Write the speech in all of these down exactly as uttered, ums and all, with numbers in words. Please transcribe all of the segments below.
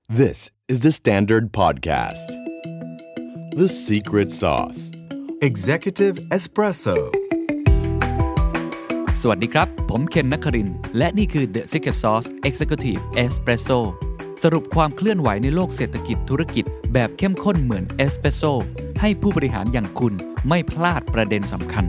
This is the Standard Podcast. The Secret Sauce. Executive Espresso. สวัสดีครับผมเคนนครินทร์และนี่คือ The Secret Sauce Executive Espresso สรุปความเคลื่อนไหวในโลกเศรษฐกิจธุรกิจแบบเข้มข้นเหมือนเอสเปรสโซ่ให้ผู้บริหารอย่างคุณไม่พลาดประเด็นสำคัญ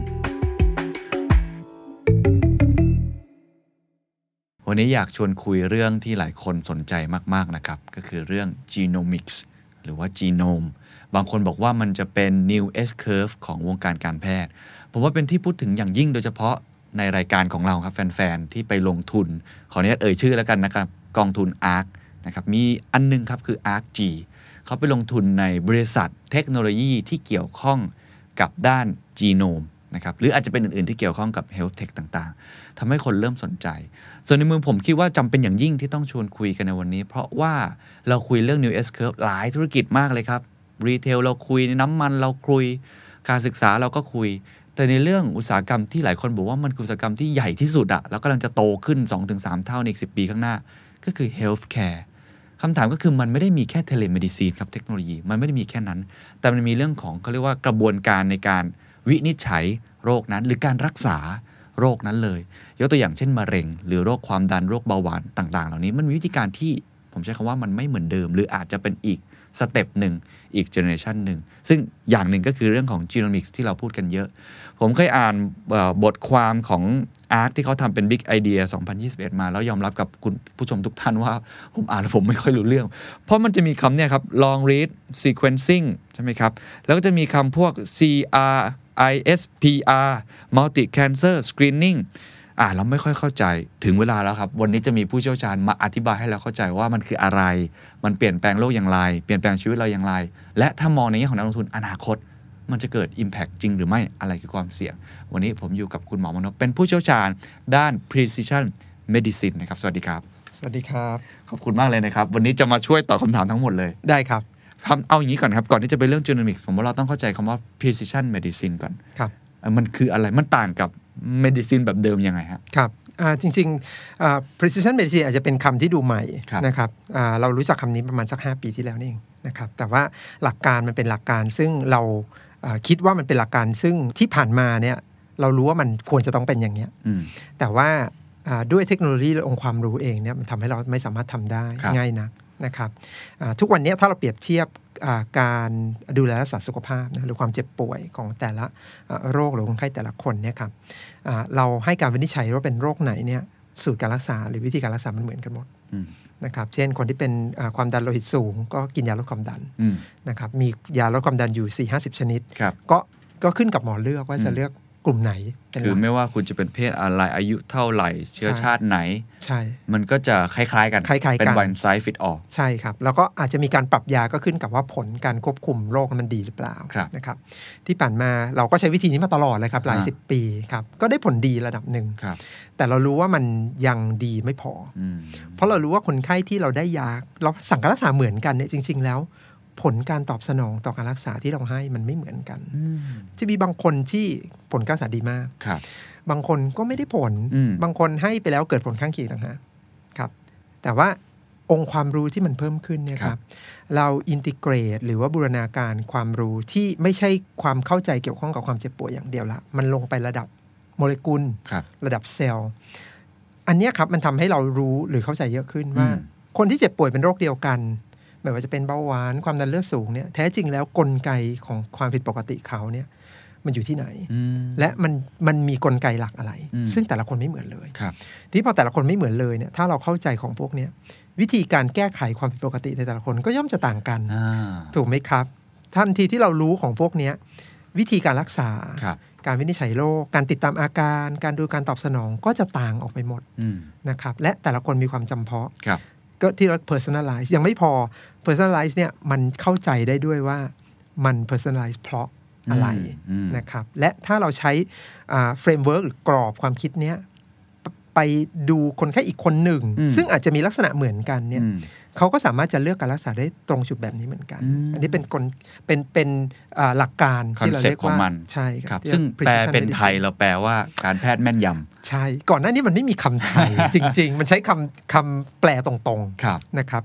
วันนี้อยากชวนคุยเรื่องที่หลายคนสนใจมากๆนะครับก็คือเรื่อง Genomics หรือว่า Genome บางคนบอกว่ามันจะเป็น New S-curve ของวงการการแพทย์ผมว่าเป็นที่พูดถึงอย่างยิ่งโดยเฉพาะในรายการของเราครับแฟนๆที่ไปลงทุนขออนุญาตเอ่ยชื่อแล้วกันนะครับกองทุน อาร์ ซี นะครับมีอันนึงครับคือ อาร์ ซี จี เขาไปลงทุนในบริษัทเทคโนโลยีที่เกี่ยวข้องกับด้าน Genome นะครับหรืออาจจะเป็นอื่นๆที่เกี่ยวข้องกับ Health Tech ต่างๆทำให้คนเริ่มสนใจส่วนในมุมผมคิดว่าจำเป็นอย่างยิ่งที่ต้องชวนคุยกันในวันนี้เพราะว่าเราคุยเรื่อง New S-curve หลายธุรกิจมากเลยครับรีเทลเราคุยน้ำมันเราคุยการศึกษาเราก็คุยแต่ในเรื่องอุตสาหกรรมที่หลายคนบอกว่ามันคืออุตสาหกรรมที่ใหญ่ที่สุดอะแล้วกำลังจะโตขึ้น สองถึงสาม เท่าในอีกสิบปีข้างหน้าก็คือ Healthcare คำถามก็คือมันไม่ได้มีแค่ Telemedicine ครับเทคโนโลยีมันไม่ได้มีแค่นั้นแต่มันมีเรื่องของเขาเรียกว่ากระบวนการในการวินิจฉัยโรคนั้นหรือการรักษาโรคนั้นเลยยกตัวอย่างเช่นมะเร็งหรือโรคความดันโรคเบาหวานต่างๆเหล่านี้มันมีวิธีการที่ผมใช้คำว่ามันไม่เหมือนเดิมหรืออาจจะเป็นอีกสเต็ปหนึ่งอีกเจเนอเรชันหนึ่งซึ่งอย่างหนึ่งก็คือเรื่องของ Genomics ที่เราพูดกันเยอะผมเคยอ่านบทความของ อาร์ ซี ที่เขาทำเป็น Big Idea สองพันยี่สิบเอ็ดมาแล้วยอมรับกับคุณผู้ชมทุกท่านว่าผมอ่านแล้วผมไม่ค่อยรู้เรื่องเพราะมันจะมีคำเนี่ยครับ long read sequencing ใช่ไหมครับแล้วก็จะมีคำพวก ซี อาร์ ไอ เอส พี อาร์ multi cancer screeningอ่าเราไม่ค่อยเข้าใจถึงเวลาแล้วครับวันนี้จะมีผู้เชี่ยวชาญมาอธิบายให้เราเข้าใจว่ามันคืออะไรมันเปลี่ยนแปลงโลกอย่างไรเปลี่ยนแปลงชีวิตเราอย่างไรและถ้ามองในแง่ของนักลงทุนอนาคตมันจะเกิด impact จริงหรือไม่อะไรคือความเสี่ยงวันนี้ผมอยู่กับคุณหมอมนพเป็นผู้เชี่ยวชาญด้าน precision medicine นะครับสวัสดีครับสวัสดีครับขอบคุณมากเลยนะครับวันนี้จะมาช่วยตอบคำถามทั้งหมดเลยได้ครับเอาอย่างนี้ก่อนครับก่อนที่จะไปเรื่อง genomics ผมว่าเราต้องเข้าใจคำว่า precision medicine ก่อนครับมันคืออะไรมันต่างกับ medicine แบบเดิมยังไงฮะครับจริงๆ precision medicine อาจจะเป็นคำที่ดูใหม่นะครับเรารู้จักคำนี้ประมาณสักห้าปีที่แล้วนี่เองนะครับแต่ว่าหลักการมันเป็นหลักการซึ่งเราคิดว่ามันเป็นหลักการซึ่งที่ผ่านมาเนี่ยเรารู้ว่ามันควรจะต้องเป็นอย่างนี้แต่ว่าด้วยเทคโนโลยีและองค์ความรู้เองเนี่ยมันทำให้เราไม่สามารถทำได้ง่ายนักนะครับทุกวันนี้ถ้าเราเปรียบเทียบการดูแลรักษาสุขภาพนะหรือความเจ็บป่วยของแต่ละโรคหรือคนไข้แต่ละคนเนี่ยครับเราให้การวินิจฉัยว่าเป็นโรคไหนเนี่ยสูตรการรักษาหรือวิธีการรักษามันเหมือนกันหมดนะครับเช่นคนที่เป็นความดันโลหิตสูงก็กินยาลดความดันนะครับมียาลดความดันอยู่ สี่ถึงห้าสิบ ชนิดก็ก็ขึ้นกับหมอเลือกว่าจะเลือกกลุ่มไหนคือไม่ว่าคุณจะเป็นเพศอะไรอายุเท่าไหร่เชื้อชาติไหนใช่มันก็จะคล้ายๆกันคล้ายๆกันเป็น one size fit all ใช่ครับแล้วก็อาจจะมีการปรับยาก็ขึ้นกับว่าผลการควบคุมโรคมันดีหรือเปล่านะครับที่ผ่านมาเราก็ใช้วิธีนี้มาตลอดเลยครับหลายสิบปีครับก็ได้ผลดีระดับหนึ่งแต่เรารู้ว่ามันยังดีไม่พอเพราะเรารู้ว่าคนไข้ที่เราได้ยาเราสั่งการรักษาเหมือนกันเนี่ยจริงๆแล้วผลการตอบสนองต่อการรักษาที่เราให้มันไม่เหมือนกันจะมีบางคนที่ผลการรักษาดีมากบางคนก็ไม่ได้ผลบางคนให้ไปแล้วเกิดผลข้างเคียงต่างหากครับแต่ว่าองค์ความรู้ที่มันเพิ่มขึ้นเนี่ยครับเราอินทิเกรตหรือว่าบูรณาการความรู้ที่ไม่ใช่ความเข้าใจเกี่ยวข้องกับความเจ็บป่วยอย่างเดียวละมันลงไประดับโมเลกุลร, ระดับเซลล์อันนี้ครับมันทำให้เรารู้หรือเข้าใจเยอะขึ้นว่าคนที่เจ็บป่วยเป็นโรคเดียวกันไม่ว่าจะเป็นเบาหวานความดันเลือดสูงเนี่ยแท้จริงแล้วกลไกของความผิดปกติเขาเนี่ยมันอยู่ที่ไหนและมันมันมีกลไกหลักอะไรซึ่งแต่ละคนไม่เหมือนเลยที่พอแต่ละคนไม่เหมือนเลยเนี่ยถ้าเราเข้าใจของพวกเนี้ยวิธีการแก้ไขความผิดปกติในแต่ละคนก็ย่อมจะต่างกันถูกไหมครับทันทีที่เรารู้ของพวกเนี้ยวิธีการรักษาการวินิจฉัยโรคการติดตามอาการการดูการตอบสนองก็จะต่างออกไปหมดนะครับและแต่ละคนมีความจำเพาะก็ที่เรา personalize ยังไม่พอ personalize เนี่ยมันเข้าใจได้ด้วยว่ามัน personalize เพราะอะไรนะครับและถ้าเราใช้ framework หรือกรอบความคิดเนี้ยไปดูคนไข้อีกคนหนึ่งซึ่งอาจจะมีลักษณะเหมือนกันเนี่ยเขาก็สามารถจะเลือกการรักษาได้ตรงจุดแบบนี้เหมือนกันอันนี้เป็นกลเป็นเป็นหลักการที่เราเรียกว่าใช่ครับซึ่งแปลเป็นไทยเราแปลว่าการแพทย์แม่นยำใช่ก่อนหน้านี้มันไม่มีคำไทย จริงๆมันใช้คำคำแปลตรงๆนะครับ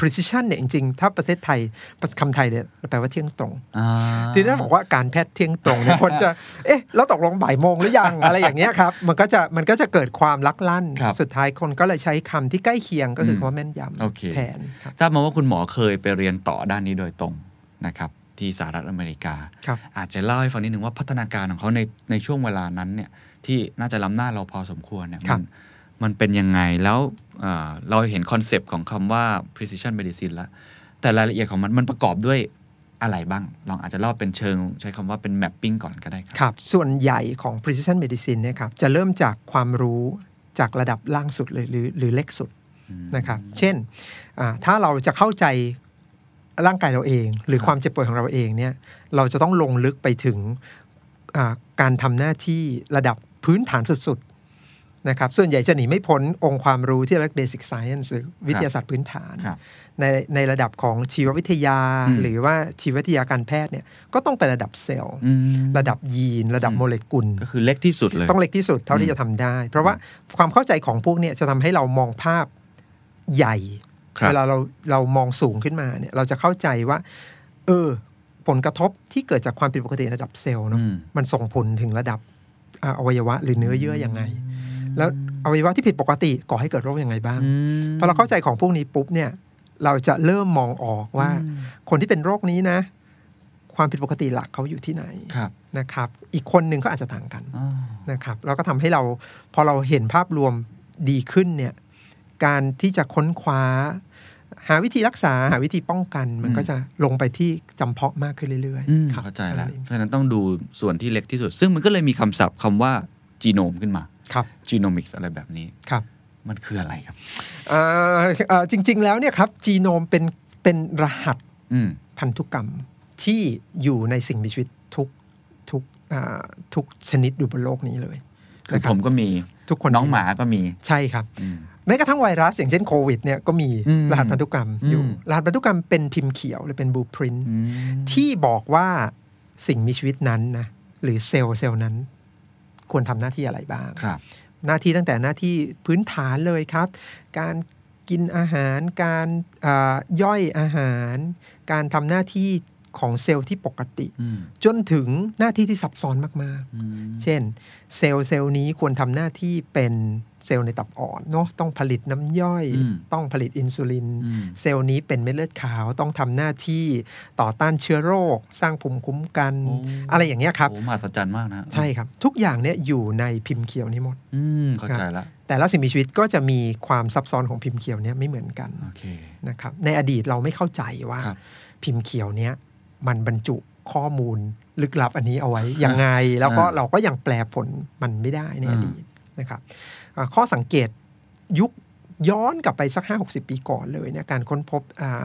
precision เนี่ยจริงๆถ้าประเทศไทยคำไทยเนี่ยแปลว่าเที่ยงตรงทีนี้บอกว่าการแพทย์เที่ยงตรงเนี่ยคนจะเอ๊ะแล้วตกลงบ่ายโมงหรือยังอะไรอย่างเงี้ยครับมันก็จะมันก็จะเกิดความลักลั่นสุดท้ายคนก็เลยใช้คำที่ใกล้เคียงก็คือคำว่าแม่นยำแทนทราบมาว่าคุณหมอเคยไปเรียนต่อด้านนี้โดยตรงนะครับที่สหรัฐอเมริกาอาจจะเล่าให้ฟังนิดนึงว่าพัฒนาการของเขาในในช่วงเวลานั้นเนี่ยที่น่าจะล้ำหน้าเราพอสมควรเนี่ยมันมันเป็นยังไงแล้วเ, เราเห็นคอนเซปต์ของคำว่า precision medicine แล้วแต่รายละเอียดของมันมันประกอบด้วยอะไรบ้างลองอาจจะเล่าเป็นเชิงใช้คำว่าเป็น mapping ก่อนก็ได้ครับครับส่วนใหญ่ของ precision medicine เนี่ยครับจะเริ่มจากความรู้จากระดับล่างสุดเลยหรือหรือเล็กสุดนะครับเช่นถ้าเราจะเข้าใจร่างกายเราเองหรือความเจ็บป่วยของเราเองเนี่ยเราจะต้องลงลึกไปถึงการทำหน้าที่ระดับพื้นฐานสุดๆนะครับส่วนใหญ่จะหนีไม่พ้นองค์ความรู้ที่เรียก basic science หรือวิทยาศาสตร์พื้นฐานในในระดับของชีววิทยาหรือว่าชีววิทยาการแพทย์เนี่ยก็ต้องไประดับเซลล์ระดับยีนระดับโมเลกุลก็คือเล็กที่สุดเลยต้องเล็กที่สุดเท่าที่จะทำได้เพราะว่าความเข้าใจของพวกนี้จะทำให้เรามองภาพใหญ่เวลาเราเรามองสูงขึ้นมาเนี่ยเราจะเข้าใจว่าเออผลกระทบที่เกิดจากความผิดปกติระดับเซลล์เนาะมันส่งผลถึงระดับอวัยวะหรือเนื้อเยื่อยังไงแล้วอวัยวะที่ผิดปกติก่อให้เกิดโรคยังไงบ้างพอเราเข้าใจของพวกนี้ปุ๊บเนี่ยเราจะเริ่มมองออกว่าคนที่เป็นโรคนี้นะความผิดปกติหลักเขาอยู่ที่ไหนนะครับอีกคนหนึ่งก็อาจจะต่างกันนะครับแล้วก็ทำให้เราพอเราเห็นภาพรวมดีขึ้นเนี่ยการที่จะค้นคว้าหาวิธีรักษาหาวิธีป้องกันมันก็จะลงไปที่จำเพาะมากขึ้นเรื่อยๆเข้าใจแล้วเพราะฉะนั้นต้องดูส่วนที่เล็กที่สุดซึ่งมันก็เลยมีคำศัพท์คำว่าจีโนมขึ้นมาจีโนมิกส์อะไรแบบนี้ครับมันคืออะไรครับจริงๆแล้วเนี่ยครับจีโนมเป็นเป็นรหัสพันธุกรรมที่อยู่ในสิ่งมีชีวิตทุกทุกทุกชนิดอยู่บนโลกนี้เลยคือผมก็มีทุกคนน้องหมาก็มีใช่ครับแม้กระทั่งไวรัสอย่างเช่นโควิดเนี่ยก็มีรหัสพันธุกรรมอยู่รหัสพันธุกรรมเป็นพิมพ์เขียวหรือเป็นบลูพรินท์ที่บอกว่าสิ่งมีชีวิตนั้นนะหรือเซลล์เซลล์นั้นควรทำหน้าที่อะไรบ้างหน้าที่ตั้งแต่หน้าที่พื้นฐานเลยครับการกินอาหารการย่อยอาหารการทำหน้าที่ของเซลล์ที่ปกติจนถึงหน้าที่ที่ซับซ้อนมากๆเช่นเซลล์เซลล์นี้ควรทำหน้าที่เป็นเซลล์ในตับอ่อนเนาะต้องผลิตน้ำย่อยต้องผลิตอินซูลินเซลล์นี้เป็นเม็ดเลือดขาวต้องทำหน้าที่ต่อต้านเชื้อโรคสร้างภูมิคุ้มกัน อ, อะไรอย่างเงี้ยครับโอ้มหัศจรรย์มากนะใช่ครับทุกอย่างเนี่ยอยู่ในพิมพ์เขียวนี้หมดเข้าใจแล้วแต่ละสิ่งมีชีวิตก็จะมีความซับซ้อนของพิมพ์เขียวเนี่ยไม่เหมือนกัน okay. นะครับในอดีตเราไม่เข้าใจว่าพิมพ์เขียวเนี้ยมันบรรจุข้อมูลลึกลับอันนี้เอาไว้ยังไงแล้วก็เราก็ยังแปลผลมันไม่ได้ในอดีตนะครับข้อสังเกตยุคย้อนกลับไปสัก ห้าหกสิบ ปีก่อนเลยเนี่ยการค้นพบ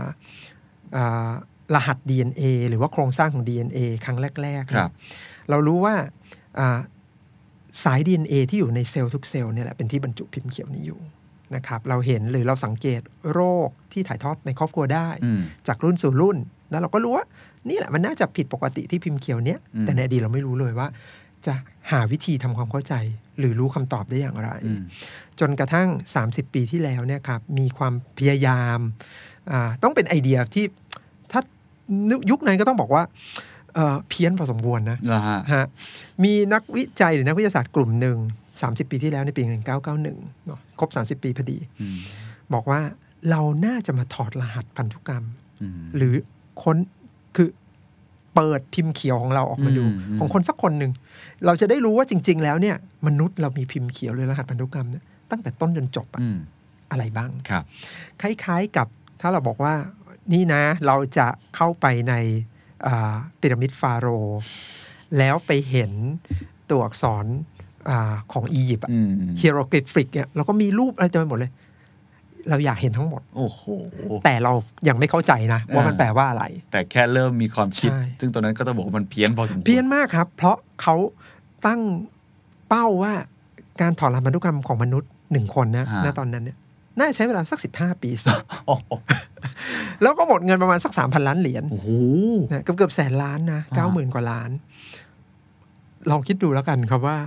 รหัส ดี เอ็น เอ หรือว่าโครงสร้างของ ดี เอ็น เอ ครั้งแรกๆเรารู้ว่าสาย ดี เอ็น เอ ที่อยู่ในเซลล์ทุกเซลล์เนี่ยแหละเป็นที่บรรจุพิมพ์เขียวนี้อยู่นะครับเราเห็นหรือเราสังเกตโรคที่ถ่ายทอดในครอบครัวได้จากรุ่นสู่รุ่นแล้วเราก็รู้ว่านี่แหละมันน่าจะผิดปกติที่พิมพ์เขียวเนี้ยแต่ในอดีตเราไม่รู้เลยว่าจะหาวิธีทำความเข้าใจหรือรู้คำตอบได้อย่างไรจนกระทั่งสามสิบปีที่แล้วเนี่ยครับมีความพยายามต้องเป็นไอเดียที่ถ้ายุคนั้นก็ต้องบอกว่าเพี้ยนพอสมควรนะฮะมีนักวิจัยหรือนักวิทยาศาสตร์กลุ่มหนึ่งสามสิบปีที่แล้วในปีหนึ่งพันเก้าร้อยเก้าสิบเอ็ดเนาะครบสามสิบปีพอดีบอกว่าเราน่าจะมาถอดรหัสพันธุกรรมหรือค้นคือเปิดพิมพ์เขียวของเราออกมาดูของคนสักคนหนึ่งเราจะได้รู้ว่าจริงๆแล้วเนี่ยมนุษย์เรามีพิมพ์เขียวหรือรหัสพันธุกรรมเนี่ยตั้งแต่ต้นจนจบ อ, อะไรบ้างคล้ายๆกับถ้าเราบอกว่านี่นะเราจะเข้าไปในพีระมิดฟาโรห์แล้วไปเห็นตัวอักษรของอียิปต์เฮียโรกริฟิกเนี่ยเราก็มีรูปอะไรเต็มไปหมดเลยเราอยากเห็นทั้งหมดโอ้โหแต่เรายังไม่เข้าใจนะว่ามันแปลว่าอะไรแต่แค่เริ่มมีความคิดซึ่งตอนนั้นก็ต้องบอกว่ามันเพี้ยนพอสมควรเพี้ยนมากครับเพราะเขาตั้งเป้าว่าการถอดรหัสพันธุกรรมของมนุษย์หนึ่งคนนะณตอนนั้นเนี่ยน่าใช้เวลาสักสิบห้าปีสักแล้วก็หมดเงินประมาณสัก สามพัน ล้านเหรียญโอ้โหเกือบๆแสนล้านนะ เก้าหมื่น กว่าล้านลองคิดดูแล้วกันครับว่า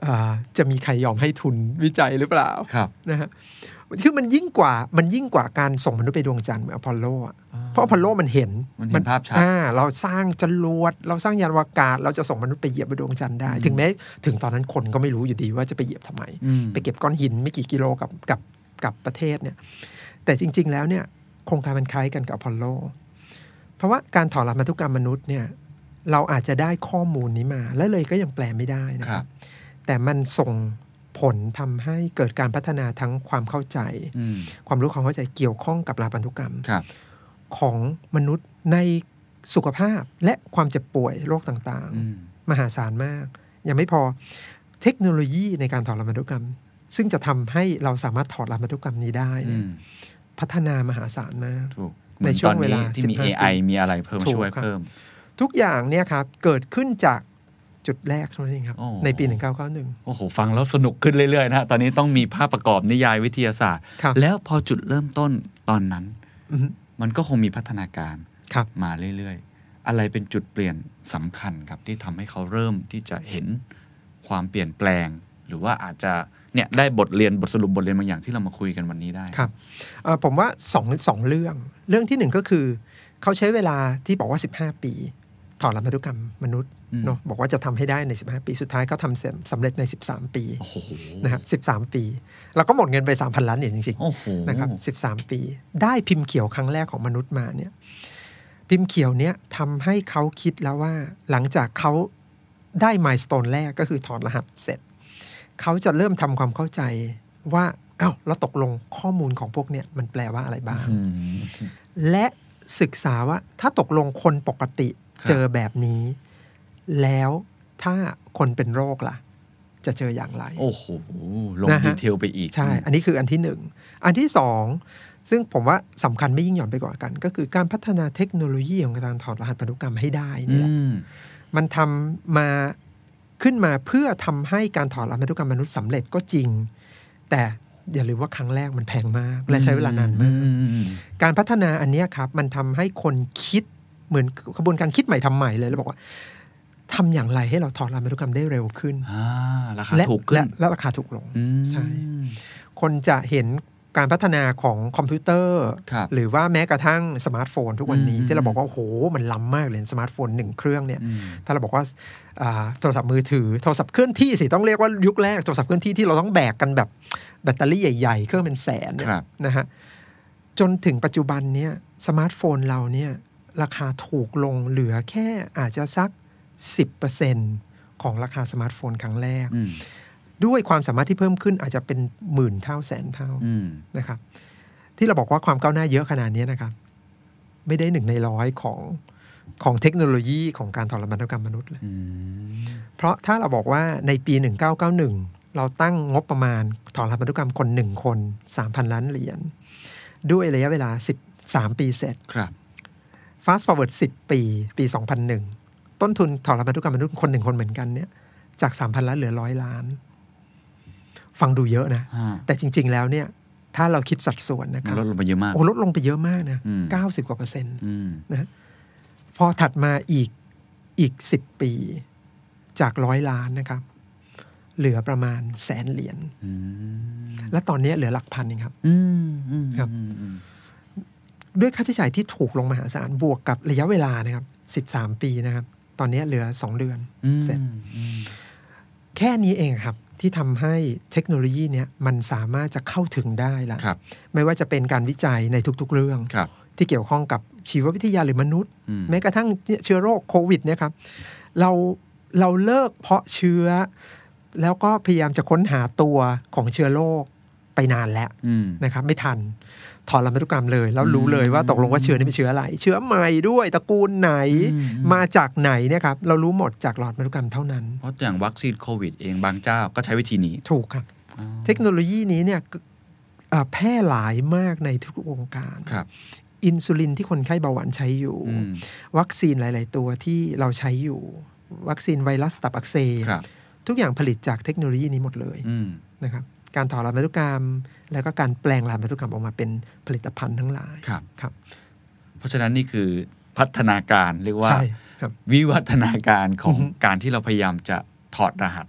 จะมีใครยอมให้ทุนวิจัยหรือเปล่าครับนะฮะคือมันยิ่งกว่ามันยิ่งกว่าการส่งมนุษย์ไปดวงจันทร์เหมือนอพอลโลอ่ะเพราะอพอลโลมันเห็นมันเห็นภาพชัดเราสร้างจรวดเราสร้างยานอวกาศเราจะส่งมนุษย์ไปเหยียบบนดวงจันทร์ได้ถึงแม้ถึงตอนนั้นคนก็ไม่รู้อยู่ดีว่าจะไปเหยียบทำไมไปเก็บก้อนหินไม่กี่กิโลกับกับกับประเทศเนี่ยแต่จริงๆแล้วเนี่ยโครงการมันคล้ายกันกับอพอลโลเพราะว่าการถอดรหัสพันธุกรรมมนุษย์เนี่ยเราอาจจะได้ข้อมูลนี้มาแล้วเลยก็ยังแปลไม่ได้นะครับแต่มันส่งผลทำให้เกิดการพัฒนาทั้งความเข้าใจความรู้ความเข้าใจเกี่ยวข้องกับรหัสพันธุกรรมของมนุษย์ในสุขภาพและความเจ็บป่วยโรคต่างๆมหาศาลมากยังไม่พอเทคโนโลยีในการถอดรหัสพันธุกรรมซึ่งจะทำให้เราสามารถถอดรหัสพันธุกรรมนี้ได้พัฒนามหาศาลมากในช่วงเวลาที่มี เอ ไอ มีอะไรเพิ่มช่วยเพิ่มทุกอย่างเนี่ยครับเกิดขึ้นจากจุดแรกเท่านั้นเองครับในปีหนึ่งพันเก้าร้อยเก้าสิบเอ็ดโอ้โหฟังแล้วสนุกขึ้นเรื่อยๆนะตอนนี้ต้องมีภาพประกอบนิยายวิทยาศาสตร์แล้วพอจุดเริ่มต้นตอนนั้นมันก็คงมีพัฒนาการมาเรื่อยๆอะไรเป็นจุดเปลี่ยนสำคัญครับที่ทำให้เขาเริ่มที่จะเห็นความเปลี่ยนแปลงหรือว่าอาจจะเนี่ยได้บทเรียนบทสรุปบทเรียนบางอย่างที่เรามาคุยกันวันนี้ได้ครับผมว่าสองสองเรื่องเรื่องที่หนึ่งก็คือเขาใช้เวลาที่บอกว่าสิบห้าปีถอดรหัสพันธุกรรมมนุษย์เนาะบอกว่าจะทำให้ได้ในสิบห้าปีสุดท้ายเขาทำสำเร็จในสิบสามปีนะฮะสิบสามปีเราก็หมดเงินไป สามพัน ล้านเหรียญจริงๆนะครับสิบสามปีได้พิมพ์เขียวครั้งแรกของมนุษย์มาเนี่ยพิมพ์เขียวเนี้ยทำให้เขาคิดแล้วว่าหลังจากเขาได้มายสโตนแรกก็คือถอดรหัสเสร็จเขาจะเริ่มทำความเข้าใจว่าอ้าวเราตกลงข้อมูลของพวกเนี้ยมันแปลว่าอะไรบ้างและศึกษาว่าถ้าตกลงคนปกติเจอแบบนี้แล้วถ้าคนเป็นโรคล่ะจะเจออย่างไรโอ้โหลงดีเทลไปอีกใช่อันนี้คืออันที่หนึ่งอันที่สองซึ่งผมว่าสำคัญไม่ยิ่งหย่อนไปกว่ากันก็คือการพัฒนาเทคโนโลยีของการถอดรหัสพันธุกรรมให้ได้เนี่ยมันทำมาขึ้นมาเพื่อทำให้การถอดรหัสพันธุกรรมมนุษย์สำเร็จก็จริงแต่อย่าลืมว่าครั้งแรกมันแพงมากและใช้เวลานานมากการพัฒนาอันนี้ครับมันทำให้คนคิดเหมือนกระบวนการคิดใหม่ทำใหม่เลยแล้วบอกว่าทำอย่างไรให้เราถอดรหัสพันธุกรรมได้เร็วขึ้นราคาถูกขึ้นและราคาถูกลงใช่คนจะเห็นการพัฒนาของคอมพิวเตอร์หรือว่าแม้กระทั่งสมาร์ทโฟนทุกวันนี้ที่เราบอกว่าโอ้โหมันล้ำมากเลยสมาร์ทโฟนหนึ่งเครื่องเนี่ยถ้าเราบอกว่าโทรศัพท์มือถือโทรศัพท์เคลื่อนที่สิต้องเรียกว่ายุคแรกโทรศัพท์เคลื่อนที่ที่เราต้องแบกกันแบบแบตเตอรี่ใหญ่ๆเครื่องเป็นแสนนะฮะจนถึงปัจจุบันเนี่ยสมาร์ทโฟนเราเนี่ยราคาถูกลงเหลือแค่อาจจะสัก สิบเปอร์เซ็นต์ ของราคาสมาร์ทโฟนครั้งแรกด้วยความสามารถที่เพิ่มขึ้นอาจจะเป็นหมื่นเท่าแสนเท่านะครับที่เราบอกว่าความก้าวหน้าเยอะขนาดนี้นะครับไม่ได้หนึ่งในร้อยของของเทคโนโลยีของการถอดรหัสพันธุกรรมมนุษย์เลยเพราะถ้าเราบอกว่าในปีหนึ่งพันเก้าร้อยเก้าสิบเอ็ดเราตั้งงบประมาณถอดรหัสพันธุกรรมคนหนึ่งคน สามพัน ล้านเหรียญด้วยระยะเวลาสิบสามปีเสร็จครับ fast forward สิบปีปีสองพันหนึ่งต้นทุนถอดรหัสพันธุกรรมมนุษย์คนหนึ่งคนเหมือนกันเนี่ยจาก สามพัน ล้านเหลือหนึ่งร้อยล้านฟังดูเยอะนะแต่จริงๆแล้วเนี่ยถ้าเราคิดสัดส่วนนะครับลดลงไปเยอะมากโอ้ลดลงไปเยอะมากนะเก้าสิบกว่าเปอร์เซ็นต์นะพอถัดมาอีกอีกสิบปีจากร้อยล้านนะครับเหลือประมาณแสนเหรียญและตอนนี้เหลือหลักพันเองครับครับด้วยค่าใช้จ่ายที่ถูกลงมหาศาลบวกกับระยะเวลานะครับสิบสามปีนะครับตอนนี้เหลือสองเดือนเสร็จแค่นี้เองครับที่ทำให้เทคโนโลยีเนี้ยมันสามารถจะเข้าถึงได้ละไม่ว่าจะเป็นการวิจัยในทุกๆเรื่องที่เกี่ยวข้องกับชีววิทยาหรือมนุษย์แม้กระทั่งเชื้อโรคโควิดเนี่ยครับเราเราเลิกเพาะเชื้อแล้วก็พยายามจะค้นหาตัวของเชื้อโรคไปนานแล้วนะครับไม่ทันถอดรหัสพันธุกรรมเลยแล้วรู้เลยว่าตกลงว่าเชื้อนี้เป็นเชื้ออะไรเชื้อใหม่ด้วยตระกูลไหนมาจากไหนเนี่ยครับเรารู้หมดจากหลอดพันธุกรรมเท่านั้นเพราะอย่างวัคซีนโควิดเองบางเจ้าก็ใช้วิธีนี้ถูกครับเทคโนโลยีนี้เนี่ยแพร่หลายมากในทุกวงการอินซูลินที่คนไข้เบาหวานใช้อยู่วัคซีนหลายๆตัวที่เราใช้อยู่วัคซีนไวรัสตับอักเสบทุกอย่างผลิตจากเทคโนโลยีนี้หมดเลยนะครับการถอดรหัสพันธุกรรมแล้วก็การแปลงรหัสพันธุกรรมออกมาเป็นผลิตภัณฑ์ทั้งหลายครับครับเพราะฉะนั้นนี่คือพัฒนาการเรียกว่าวิวัฒนาการของการที่เราพยายามจะถอดรหัส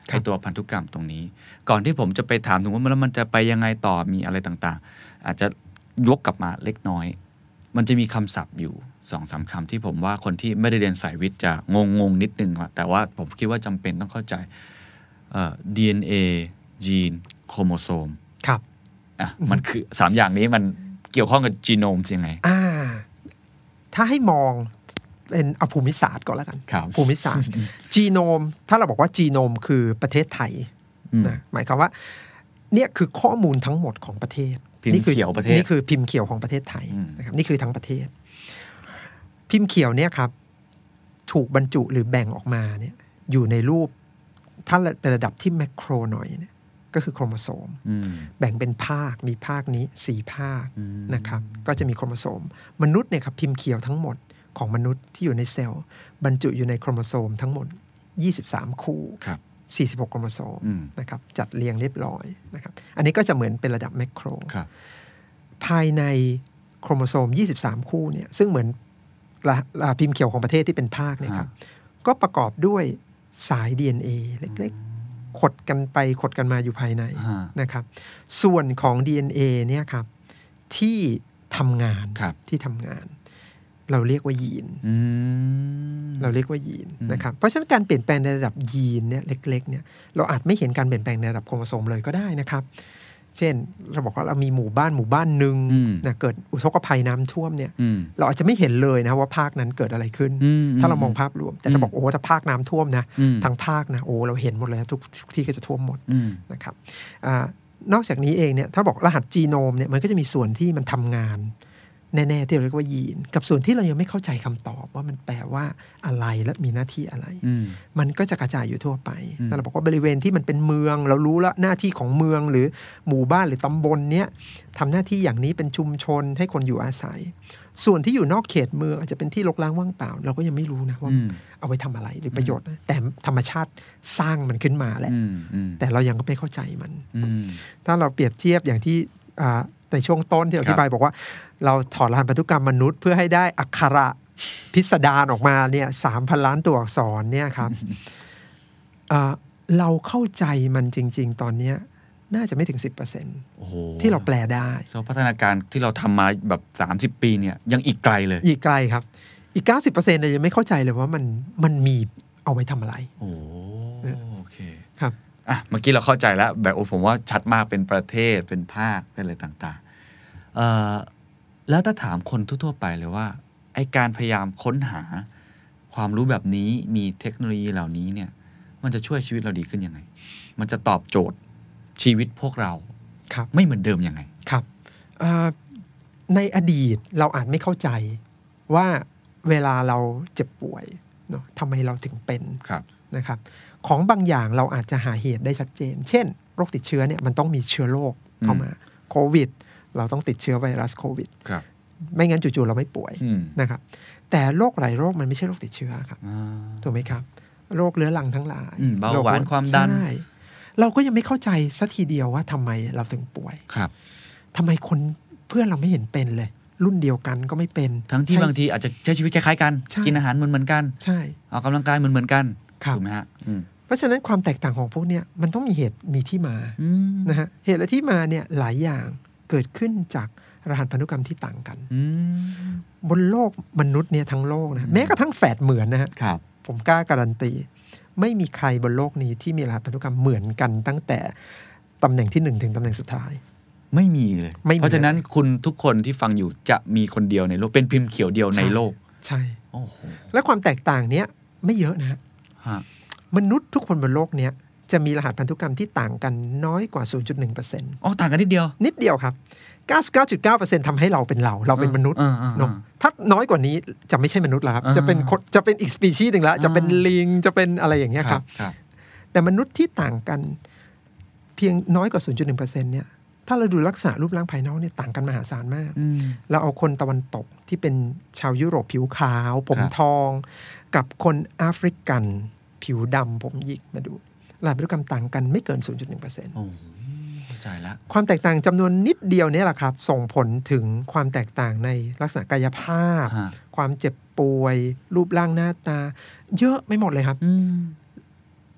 ไอตัวพันธุกรรมตรงนี้ก่อนที่ผมจะไปถามถึงว่าแล้วมันจะไปยังไงต่อมีอะไรต่างๆอาจจะยกกลับมาเล็กน้อยมันจะมีคำศัพท์อยู่ สองสาม คำที่ผมว่าคนที่ไม่ได้เรียนสายวิทย์จะงงงนิดนึงแต่ว่าผมคิดว่าจำเป็นต้องเข้าใจเอ่อ ดี เอ็น เอ ยีนโครโมโซมครับอ่ะมันคือสามอย่างนี้มันเกี่ยวข้องกับจีโนมยังไงอ่าถ้าให้มองเป็นเอาภูมิศาสตร์ก่อนแล้วกันภูมิศาสตร์จีโนมถ้าเราบอกว่าจีโนมคือประเทศไทยนะหมายความว่าเนี่ยคือข้อมูลทั้งหมดของประเทศนี่คือประเทศนี่คือพิมพ์เขียวของประเทศไทยนะครับนี่คือทั้งประเทศพิมพ์เขียวเนี่ยครับถูกบรรจุหรือแบ่งออกมาเนี่ยอยู่ในรูปถ้าเป็นระดับที่แมคโครหน่อยเนี่ยก็คือโครโมโซมแบ่งเป็นภาคมีภาคนี้สี่ภาคนะครับก็จะมีโครโมโซมมนุษย์เนี่ยครับพิมพ์เขียวทั้งหมดของมนุษย์ที่อยู่ในเซลล์บรรจุอยู่ในโครโมโซมทั้งหมดยี่สิบสามคู่สี่สิบหกโครโมโซมนะครับจัดเรียงเรียบร้อยนะครับอันนี้ก็จะเหมือนเป็นระดับแมคโครภายในโครโมโซมยี่สิบสามคู่เนี่ยซึ่งเหมือนพิมพ์เขียวของประเทศที่เป็นภาคเนี่ยครับก็ประกอบด้วยสาย ดี เอ็น เอ เล็กๆขดกันไปขดกันมาอยู่ภายในนะครับส่วนของ ดี เอ็น เอ เนี่ยครับที่ทำงานที่ทำงานเราเรียกว่ายีนเราเรียกว่ายีนนะครับเพราะฉะนั้นการเปลี่ยนแปลงในระดับยีนเนี่ยเล็กๆเนี่ยเราอาจไม่เห็นการเปลี่ยนแปลงในระดับโครโมโซมเลยก็ได้นะครับเช่นเราบอกว่าเรามีหมู่บ้านหมู่บ้านหนึ่งนะเกิดอุทกภัยน้ำท่วมเนี่ยเราอาจจะไม่เห็นเลยนะว่าภาคนั้นเกิดอะไรขึ้นถ้าเรามองภาพรวมแต่จะบอกโอ้ถ้าภาคน้ำท่วมนะทั้งภาคนะโอ้เราเห็นหมดเลยทุกที่ก็จะท่วมหมดนะครับนอกจากนี้เองเนี่ยถ้าบอกรหัสจีโนมเนี่ยมันก็จะมีส่วนที่มันทำงานแน่ๆที่เราเรียกว่ายีนกับส่วนที่เรายังไม่เข้าใจคำตอบว่ามันแปลว่าอะไรและมีหน้าที่อะไรมันก็จะกระจายอยู่ทั่วไปแต่เราบอกว่าบริเวณที่มันเป็นเมืองเรารู้แล้วหน้าที่ของเมืองหรือหมู่บ้านหรือตำบลเนี้ยทำหน้าที่อย่างนี้เป็นชุมชนให้คนอยู่อาศัยส่วนที่อยู่นอกเขตเมืองอาจจะเป็นที่รกร้างว่างเปล่าเราก็ยังไม่รู้นะว่าเอาไว้ทำอะไรหรือประโยชน์แต่ธรรมชาติสร้างมันขึ้นมาแหละแต่เรายังไม่เข้าใจมันถ้าเราเปรียบเทียบอย่างที่ในช่วงต้นที่อธิบายบอกว่าเราถอดรหัสพันธุกรรมมนุษย์เพื่อให้ได้อักขระพิสดารออกมาเนี่ยสามพันล้านตัวอักษรเนี่ยครับเ, เราเข้าใจมันจริงๆตอนนี้น่าจะไม่ถึง สิบเปอร์เซ็นต์ ที่เราแปลได้พัฒนาการที่เราทำมาแบบสามสิบปีเนี่ยยังอีกไกลเลยอีกไกลครับอีก เก้าสิบเปอร์เซ็นต์ เนี่ยยังไม่เข้าใจเลยว่ามันมันมีเอาไว้ทำอะไรโอ้โอเคครับอ่ะเมื่อกี้เราเข้าใจแล้วแบบโอ้ผมว่าชัดมากเป็นประเทศเป็นภาคเป็นอะไรต่างๆเอ่อแล้วถ้าถามคนทั่วๆไปเลยว่าไอ้การพยายามค้นหาความรู้แบบนี้มีเทคโนโลยีเหล่านี้เนี่ยมันจะช่วยชีวิตเราดีขึ้นยังไงมันจะตอบโจทย์ชีวิตพวกเราครับไม่เหมือนเดิมยังไงครับในอดีตเราอาจไม่เข้าใจว่าเวลาเราเจ็บป่วยเนาะทำไมเราถึงเป็นนะครับของบางอย่างเราอาจจะหาเหตุได้ชัดเจนเช่นโรคติดเชื้อเนี่ยมันต้องมีเชื้อโรคเข้ามาโควิดเราต้องติดเชื้อไวรัสโควิดไม่งั้นจู่ๆเราไม่ป่วยนะครับแต่โรคหลายโรคมันไม่ใช่โรคติดเชื้อครับถูกไหมครับโรคเรื้อรังทั้งหลายเบาหวานความดันเราก็ยังไม่เข้าใจสักทีเดียวว่าทำไมเราถึงป่วยทำไมคนเพื่อนเราไม่เห็นเป็นเลยรุ่นเดียวกันก็ไม่เป็นทั้งที่บางทีอาจจะใช้ชีวิตคล้ายๆกันกินอาหารเหมือนๆกันใช่ออกกำลังกายเหมือนๆกันถูกไหมฮะเพราะฉะนั้นความแตกต่างของพวกนี้มันต้องมีเหตุมีที่มานะฮะเหตุและที่มาเนี่ยหลายอย่างเกิดขึ้นจากรหัสพันธุกรรมที่ต่างกันบนโลกมนุษย์เนี่ยทั้งโลกนะแม้กระทั่งแฝดเหมือนนะฮะผมกล้าการันตีไม่มีใครบนโลกนี้ที่มีรหัสพันธุกรรมเหมือนกันตั้งแต่ตำแหน่งที่หนึ่งถึงตำแหน่งสุดท้ายไม่มีเลยเพราะฉะนั้นคุณทุกคนที่ฟังอยู่จะมีคนเดียวในโลกเป็นพิมพ์เขียวเดียวในโลกใช่โอ้โหและความแตกต่างเนี้ยไม่เยอะนะฮะมนุษย์ทุกคนบนโลกเนี้ยจะมีรหัสพันธุกรรมที่ต่างกันน้อยกว่า ศูนย์จุดหนึ่งเปอร์เซ็นต์อ๋อต่างกันนิดเดียวนิดเดียวครับ เก้าสิบเก้าจุดเก้าเปอร์เซ็นต์ ทำให้เราเป็นเราเราเป็นมนุษย์เนาะถ้าน้อยกว่านี้จะไม่ใช่มนุษย์แล้วครับจะเป็นจะเป็นอีกสปีชีส์นึงแล้วจะเป็นลิงจะเป็นอะไรอย่างเงี้ยครับแต่มนุษย์ที่ต่างกันเพียงน้อยกว่า ศูนย์จุดหนึ่งเปอร์เซ็นต์ เนี่ยถ้าเราดูลักษณะรูปร่างภายนอกเนี่ยต่างกันมหาศาลมากเราเอาคนตะวันตกที่เป็นชาวยุโรปผิวขาวผมทองกับคนแอฟริกันผิวดำผมหยิกมาดูรหัสพันธุกรรมต่างกันไม่เกิน ศูนย์จุดหนึ่งเปอร์เซ็นต์โอ้เข้าใจละความแตกต่างจำนวนนิดเดียวนี่แหละครับส่งผลถึงความแตกต่างในลักษณะกายภาพความเจ็บป่วยรูปร่างหน้าตาเยอะไม่หมดเลยครับ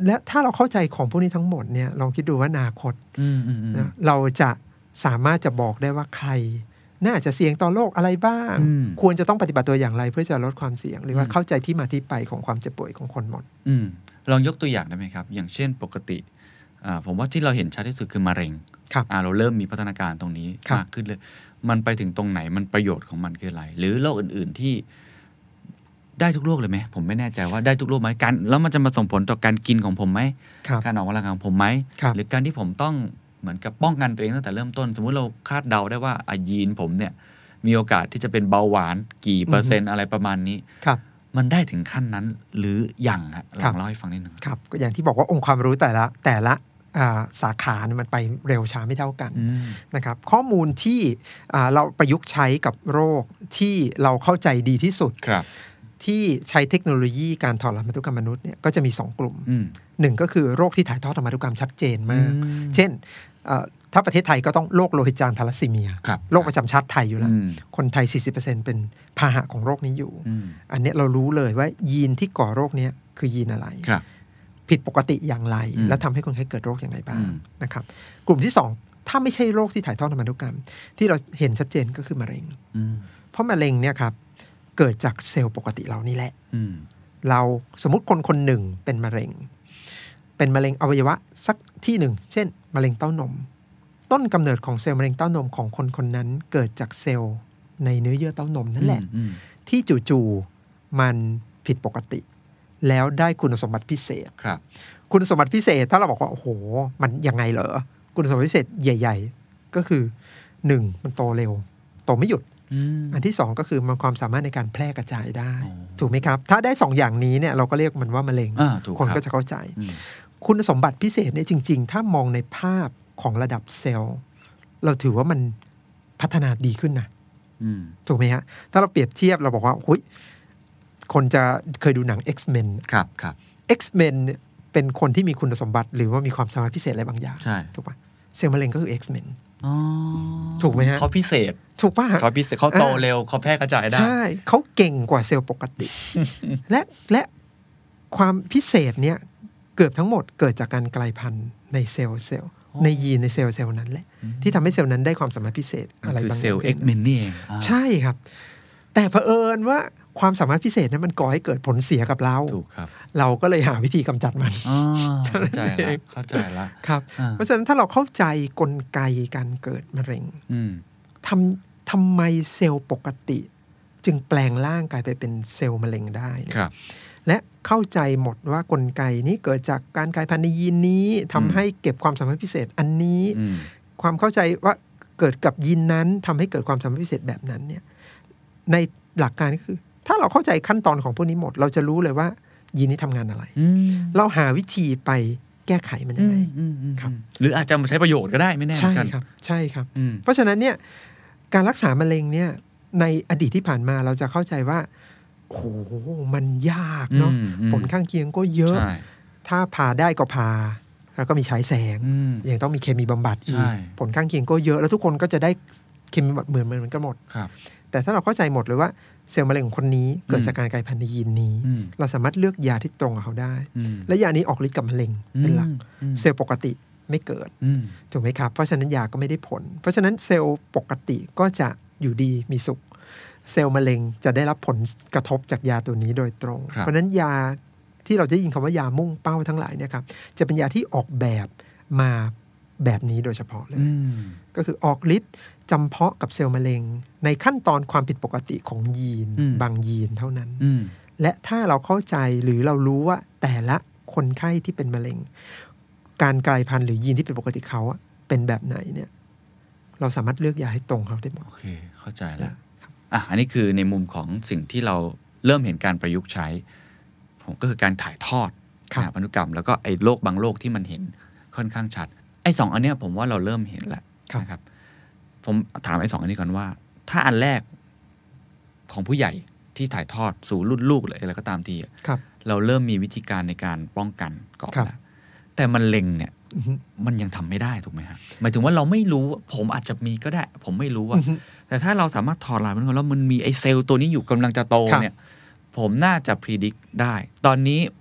และถ้าเราเข้าใจของพวกนี้ทั้งหมดเนี่ยลองคิดดูว่าอนาคตนะเราจะสามารถจะบอกได้ว่าใครน่าจะเสี่ยงต่อโรคอะไรบ้างควรจะต้องปฏิบัติตัวอย่างไรเพื่อจะลดความเสี่ยงหรือว่าเข้าใจที่มาที่ไปของความเจ็บป่วยของคนหมดอืมลองยกตัวอย่างได้ไหมครับอย่างเช่นปกติผมว่าที่เราเห็นชัดที่สุดคือมะเร็งเราเริ่มมีพัฒนาการตรงนี้มากขึ้นเลยมันไปถึงตรงไหนมันประโยชน์ของมันคืออะไรหรือโรคอื่นๆที่ได้ทุกโรคเลยไหมผมไม่แน่ใจว่าได้ทุกโรคไหมการแล้วมันจะมาส่งผลต่อการกินของผมไหมการออกกำลังกายของผมไหมหรือการที่ผมต้องเหมือนกับป้องกันตัวเองตั้งแต่เริ่มต้นสมมุติเราคาดเดาได้ว่าอายีนผมเนี่ยมีโอกาสที่จะเป็นเบาหวานกี่เปอร์เซ็นต์อะไรประมาณนี้มันได้ถึงขั้นนั้นหรืออย่างฮะลองเล่าให้ฟังนิดนึงครับก็อย่างที่บอกว่าองค์ความรู้แต่ละแต่ละสาขามันไปเร็วช้าไม่เท่ากันนะครับข้อมูลที่เราประยุกต์ใช้กับโรคที่เราเข้าใจดีที่สุดที่ใช้เทคโนโลยีการถอดรหัสพันธุกรรมมนุษย์เนี่ยก็จะมีสองกลุ่มหนึ่งก็คือโรคที่ถ่ายทอดทางพันธุกรรมชัดเจนมากเช่นถ้าประเทศไทยก็ต้องโรคโลหิตจางทาลัสซีเมียโรคประจำชาติไทยอยู่แล้วคนไทย สี่สิบเปอร์เซ็นต์ เป็นพาหะของโรคนี้อยู่อันนี้เรารู้เลยว่ายีนที่ก่อโรคนี้คือยีนอะไรผิดปกติอย่างไรแล้วทำให้คนไข้เกิดโรคอย่างไรบ้างนะครับกลุ่มที่สองถ้าไม่ใช่โรคที่ถ่ายทอดทางพันธุกรรมที่เราเห็นชัดเจนก็คือมะเร็งเพราะมะเร็งเนี่ยครับเกิดจากเซลล์ปกติเรานี่แหละเราสมมติคนคนหนึ่งเป็นมะเร็งเป็นมะเร็งอวัยวะสักที่หนึ่งเช่นมะเร็งเต้านมต้นกำเนิดของเซลล์มะเร็งเต้านมของคนคนนั้นเกิดจากเซลล์ในเนื้อเยื่อเต้านมนั่นแหละที่จู่ๆมันผิดปกติแล้วได้คุณสมบัติพิเศษครับคุณสมบัติพิเศษถ้าเราบอกว่าโอ้โหมันยังไงเหรอคุณสมบัติพิเศษใหญ่ๆก็คือหนึ่งมันโตเร็วโตไม่หยุดอันที่สองก็คือมันความสามารถในการแพร่กระจายได้ถูกไหมครับถ้าได้สองอย่างนี้เนี่ยเราก็เรียกมันว่ามะเร็งคนก็จะเข้าใจคุณสมบัติพิเศษเนี่ยจริงๆถ้ามองในภาพของระดับเซลล์เราถือว่ามันพัฒนาดีขึ้นนะถูกไหมฮะถ้าเราเปรียบเทียบเราบอกว่าหุ้ยคนจะเคยดูหนัง X-Men ครับครับ X-Men เนี่ยเป็นคนที่มีคุณสมบัติหรือว่ามีความสามารถพิเศษอะไรบางอย่างถูกป่ะเซลล์มะเร็งก็คือ X-Men ถูกไหมฮะเขาพิเศษถูกป่ะเขาพิเศษเขาโตเร็วเขาแพร่กระจายได้ใช่เขาเก่งกว่าเซลล์ปกติ และและความพิเศษเนี่ยเกือบทั้งหมดเกิดจากการกลายพันธุ์ในเซลล์เซลล์ในยีนในเซลล์เซลล์นั้นแหละที่ทำให้เซลล์นั้นได้ความสามารถพิเศษอะไรบางอย่างคือเซลล์ X-Men นี่เองใช่ครับแต่เผอิญว่าความสามารถพิเศษนั้นมันก่อให้เกิดผลเสียกับเราถูกครับเราก็เลยหาวิธีกำจัดมันเข้าใจแล้วเข้าใจแล้วครับเพราะฉะนั้นถ้าเราเข้าใจกลไกการเกิดมะเร็งทำทำไมเซลล์ปกติจึงแปลงร่างกลายไปเป็นเซลล์มะเร็งได้และเข้าใจหมดว่ากลไกนี้เกิดจากการกลายพันธุ์ในยีนนี้ทำให้เก็บความสามารถพิเศษอันนี้ความเข้าใจว่าเกิดกับยีนนั้นทำให้เกิดความสามารถพิเศษแบบนั้นเนี่ยในหลักการก็คือถ้าเราเข้าใจขั้นตอนของพวกนี้หมดเราจะรู้เลยว่ายีนนี้ทำงานอะไรเราหาวิธีไปแก้ไขมันยังไงครับหรืออาจจะมาใช้ประโยชน์ก็ได้ไม่แน่ใช่ครับใช่ครับเพราะฉะนั้นเนี่ยการรักษามะเร็งเนี่ยในอดีตที่ผ่านมาเราจะเข้าใจว่าโอ้โหมันยากเนาะผลข้างเคียงก็เยอะถ้าผ่าได้ก็ผ่าแล้วก็มีฉายแสงยังต้องมีเคมีบำบัดอีกผลข้างเคียงก็เยอะแล้วทุกคนก็จะได้เคมีบำบัดเหมือนเหมือนกันหมดแต่ถ้าเราเข้าใจหมดเลยว่าเซลล์มะเร็งของคนนี้เกิดจากการกลายพันธุ์ในยีนนี้เราสามารถเลือกยาที่ตรงกับเขาได้และยานี้ออกฤทธิ์กับมะเร็งเป็นหลักเซลล์ปกติไม่เกิดถูกไหมครับเพราะฉะนั้นยาก็ไม่ได้ผลเพราะฉะนั้นเซลล์ปกติก็จะอยู่ดีมีสุขเซลล์มะเร็งจะได้รับผลกระทบจากยาตัวนี้โดยตรงเพราะฉะนั้นยาที่เราจะยินคำว่ายามุ่งเป้าทั้งหลายเนี่ยครับจะเป็นยาที่ออกแบบมาแบบนี้โดยเฉพาะเลยก็คือออกฤทธิ์จำเพาะกับเซลล์มะเร็งในขั้นตอนความผิดปกติของยีนบางยีนเท่านั้นและถ้าเราเข้าใจหรือเรารู้ว่าแต่ละคนไข้ที่เป็นมะเร็งการกลายพันธุ์หรือยีนที่เป็นปกติเขาเป็นแบบไหนเนี่ยเราสามารถเลือกยาให้ตรงเขาได้หมดโอเคเข้าใจแล้วอ่ะอันนี้คือในมุมของสิ่งที่เราเริ่มเห็นการประยุกต์ใช้ผมก็คือการถ่ายทอดพันธุกรรมแล้วก็ไอ้โรคบางโรคที่มันเห็นค่อนข้างชัดไอ้สองอันเนี้ยผมว่าเราเริ่มเห็นแล้วนะครับผมถามไอ้สองอันนี้ก่อนว่าถ้าอันแรกของผู้ใหญ่ที่ถ่ายทอดสู่รุ่นลูกเลยอะไรก็ตามทีเราเริ่มมีวิธีการในการป้องกันก่อนแล้วแต่มันเล็งเนี่ยมันยังทำไม่ได้ถูกไหมครับหมายถึงว่าเราไม่รู้ผมอาจจะมีก็ได้ผมไม่รู้ว่าแต่ถ้าเราสามารถถอดรหัสมันแล้วมันมีไอ้เซลล์ตัวนี้อยู่กำลังจะโตเนี่ยผมน่าจะพิจิตรได้ตอนนี้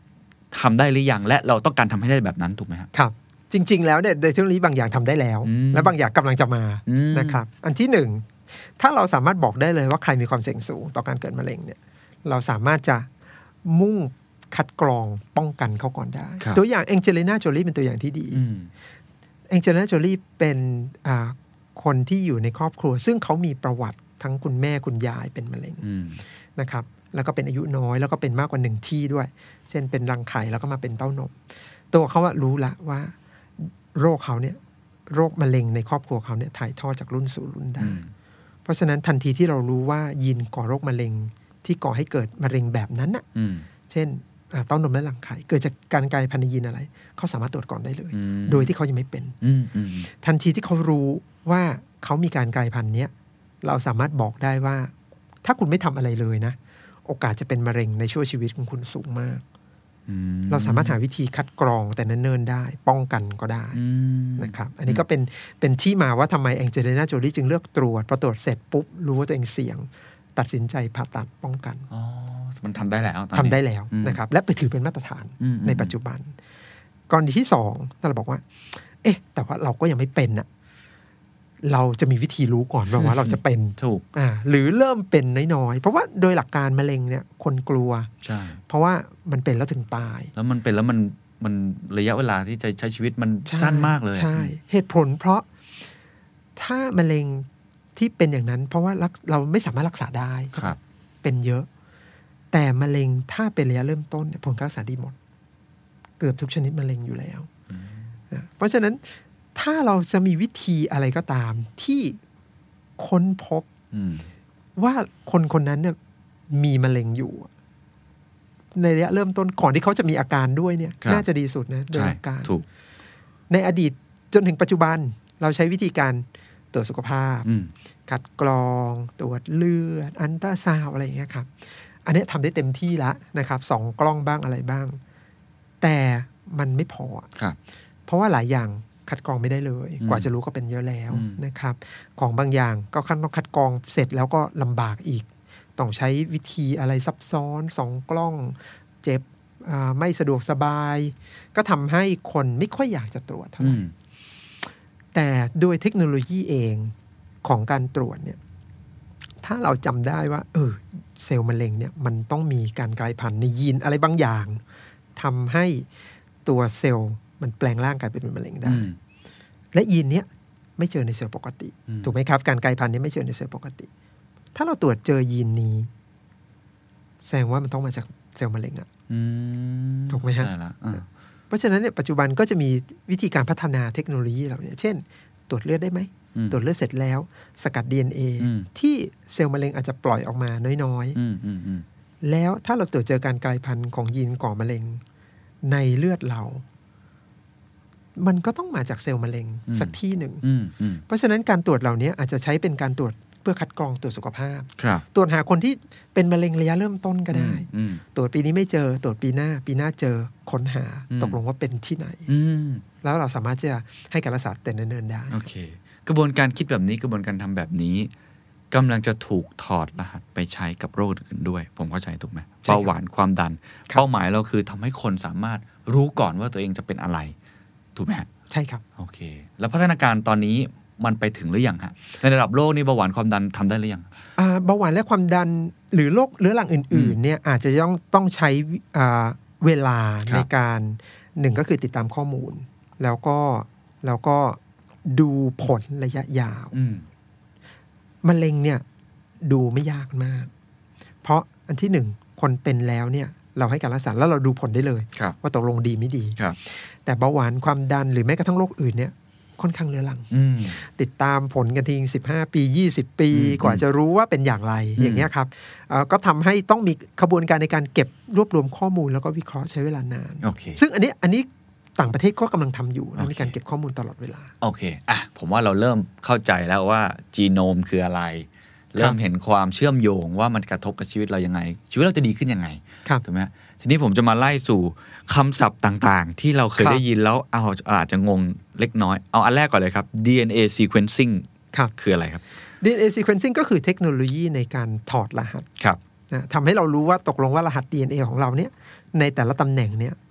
ทำได้หรือยังและเราต้องการทำให้ได้แบบนั้นถูกไหมครับครับจริงๆแล้วเนี่ยในเทคโนโลยีบางอย่างทำได้แล้วและบางอย่างกำลังจะมานะครับอันที่หนึ่งถ้าเราสามารถบอกได้เลยว่าใครมีความเสี่ยงสูงต่อการเกิดมะเร็งเนี่ยเราสามารถจะมุ่งคัดกรองป้องกันเขาก่อนได้ตัวอย่างแองเจลิน่าโจลี่เป็นตัวอย่างที่ดีแองเจลิน่าโจลี่เป็นคนที่อยู่ในครอบครัวซึ่งเขามีประวัติทั้งคุณแม่คุณยายเป็นมะเร็งนะครับแล้วก็เป็นอายุน้อยแล้วก็เป็นมากกว่าหนึ่งที่ด้วยเช่นเป็นรังไข่แล้วก็มาเป็นเต้านมตัวเขาว่ารู้ละว่าโรคเขาเนี่ยโรคมะเร็งในครอบครัวเขาเนี่ยถ่ายทอดจากรุ่นสู่รุ่นได้เพราะฉะนั้นทันทีที่เรารู้ว่ายีนก่อโรคมะเร็งที่ก่อให้เกิดมะเร็งแบบนั้นน่ะเช่นเต้านมและรังไข่เกิดจากการกลายพันธุ์ยีนอะไรเขาสามารถตรวจก่อนได้เลยโดยที่เขายังไม่เป็นทันทีที่เขารู้ว่าเขามีการกลายพันธุ์เนี้ยเราสามารถบอกได้ว่าถ้าคุณไม่ทำอะไรเลยนะโอกาสจะเป็นมะเร็งในช่วงชีวิตของคุณสูงมากเราสามารถหาวิธีคัดกรองแต่เนิ่นๆได้ป้องกันก็ได้นะครับอันนี้ก็เป็นเป็นที่มาว่าทำไมแองเจลิน่าโจลี่จึงเลือกตรวจพอตรวจเสร็จปุ๊บรู้ว่าตัวเองเสี่ยงตัดสินใจผ่าตัดป้องกันอ๋อมันทำได้แล้วทำได้แล้วนะครับและไปถือเป็นมาตรฐานในปัจจุบันกรณีที่สองเราบอกว่าเอ๊ะแต่ว่าเราก็ยังไม่เป็นอะเราจะมีวิธีรู้ก่อนว่าเราจะเป็นถูกอ่าหรือเริ่มเป็นน้อยๆเพราะว่าโดยหลักการมะเร็งเนี่ยคนกลัวใช่เพราะว่ามันเป็นแล้วถึงตายแล้วมันเป็นแล้วมันมันระยะเวลาที่จะใช้ชีวิตมันสั้นมากเลยใช่เหตุผลเพราะถ้ามะเร็งที่เป็นอย่างนั้นเพราะว่าเราไม่สามารถรักษาได้ครับเป็นเยอะแต่มะเร็งถ้าเป็นระยะเริ่มต้นผลการรักษาดีหมดเกือบทุกชนิดมะเร็งอยู่แล้วเพราะฉะนั้นถ้าเราจะมีวิธีอะไรก็ตามที่ค้นพบว่าคนคนนั้นเนี่ยมีมะเร็งอยู่ในระยะเริ่มต้นก่อนที่เขาจะมีอาการด้วยเนี่ยน่าจะดีสุดนะโดยอาการในอดีตจนถึงปัจจุบันเราใช้วิธีการตรวจสุขภาพคัดกรองตรวจเลือดอัลตราซาวด์อะไรอย่างเงี้ยครับอันนี้ทำได้เต็มที่แล้วนะครับสองกล้องบ้างอะไรบ้างแต่มันไม่พอเพราะว่าหลายอย่างคัดกรองไม่ได้เลยกว่าจะรู้ก็เป็นเยอะแล้วนะครับของบางอย่างก็ขั้นต้องคัดกรองเสร็จแล้วก็ลำบากอีกต้องใช้วิธีอะไรซับซ้อนสองกล้องเจ็บไม่สะดวกสบายก็ทำให้คนไม่ค่อยอยากจะตรวจเท่าไหร่แต่โดยเทคโนโลยีเองของการตรวจเนี่ยถ้าเราจำได้ว่าเออเซลล์มะเร็งเนี่ยมันต้องมีการกลายพันธุ์ในยีนอะไรบางอย่างทำให้ตัวเซลล์มันแปลงร่างกลายเป็นมะเร็งได้และยีนเนี้ยไม่เจอในเซลล์ปกติถูกไหมครับการกลายพันธุ์นี้ไม่เจอในเซลล์ปกติถ้าเราตรวจเจอยีนนี้แสดงว่ามันต้องมาจากเซลล์มะเร็งอ่ะถูกไหมฮะเพราะฉะนั้นเนี่ยปัจจุบันก็จะมีวิธีการพัฒนาเทคโนโลยีเหล่านี้เช่นตรวจเลือดได้ไหมตรวจเลือดเสร็จแล้วสกัด ดี เอ็น เอ ที่เซลล์มะเร็งอาจจะปล่อยออกมาน้อยๆแล้วถ้าเราตรวจเจอการกลายพันธุ์ของยีนก่อมะเร็งในเลือดเรามันก็ต้องมาจากเซลล์มะเร็งสักที่หนึ่งเพราะฉะนั้นการตรวจเหล่านี้อาจจะใช้เป็นการตรวจเพื่อคัดกรองตรวจสุขภาพตรวจหาคนที่เป็นมะเร็งระยะเริ่มต้นก็ได้ตรวจปีนี้ไม่เจอตรวจปีหน้าปีหน้าเจอค้นหาตกลงว่าเป็นที่ไหนแล้วเราสามารถจะให้การรักษาแต่เนิ่นๆได้โอเคกระบวนการคิดแบบนี้กระบวนการทำแบบนี้กำลังจะถูกถอดรหัสไปใช้กับโรคอื่นด้วยผมเข้าใจถูกไหมเบาหวานความดันเป้าหมายเราคือทำให้คนสามารถรู้ก่อนว่าตัวเองจะเป็นอะไรถูกไหมใช่ครับโอเคแล้วพัฒนาการตอนนี้มันไปถึงหรือยังฮะในระดับโลกนี่เบาหวานความดันทำได้หรือยังเบาหวานและความดันหรือโรคเรื้อรังอื่นๆเนี่ยอาจจะต้องต้องใช้เวลาในการหนึ่งก็คือติดตามข้อมูลแล้วก็แล้วก็ดูผลระยะยาวมะเร็งเนี่ยดูไม่ยากมากเพราะอันที่หนึ่งคนเป็นแล้วเนี่ยเราให้การรักษาแล้วเราดูผลได้เลยว่าตกลงดีไม่ดีแต่เบาหวานความดันหรือแม้กระทั่งโรคอื่นเนี่ยค่อนข้างเรื้อรังติดตามผลกันทีสิบห้าปียี่สิบปีกว่าจะรู้ว่าเป็นอย่างไรอย่างเงี้ยครับก็ทำให้ต้องมีกระบวนการในการเก็บรวบรวมข้อมูลแล้วก็วิเคราะห์ใช้เวลานาน okay. ซึ่งอันนี้อันนี้ต่างประเทศก็กำลังทำอยู่แล้วมีการเก็บข้อมูลตลอดเวลาโอเคอ่ะผมว่าเราเริ่มเข้าใจแล้วว่าจีโนมคืออะไรเริ่มเห็นความเชื่อมโยงว่ามันกระทบกับชีวิตเรายังไงชีวิตเราจะดีขึ้นยังไงถูกไหมทีนี้ผมจะมาไล่สู่คำศัพท์ต่างๆที่เราเคยได้ยินแล้วเอาอาจจะงงเล็กน้อยเอาอันแรกก่อนเลยครับ ดี เอ็น เอ sequencing คืออะไรครับดี เอ็น เอ sequencing ก็คือเทคโนโลยีในการถอดรหัสนะทำให้เรารู้ว่าตกลงว่ารหัส ดี เอ็น เอ ของเราเนี่ยในแต่ละตำแหน่งเนี่ย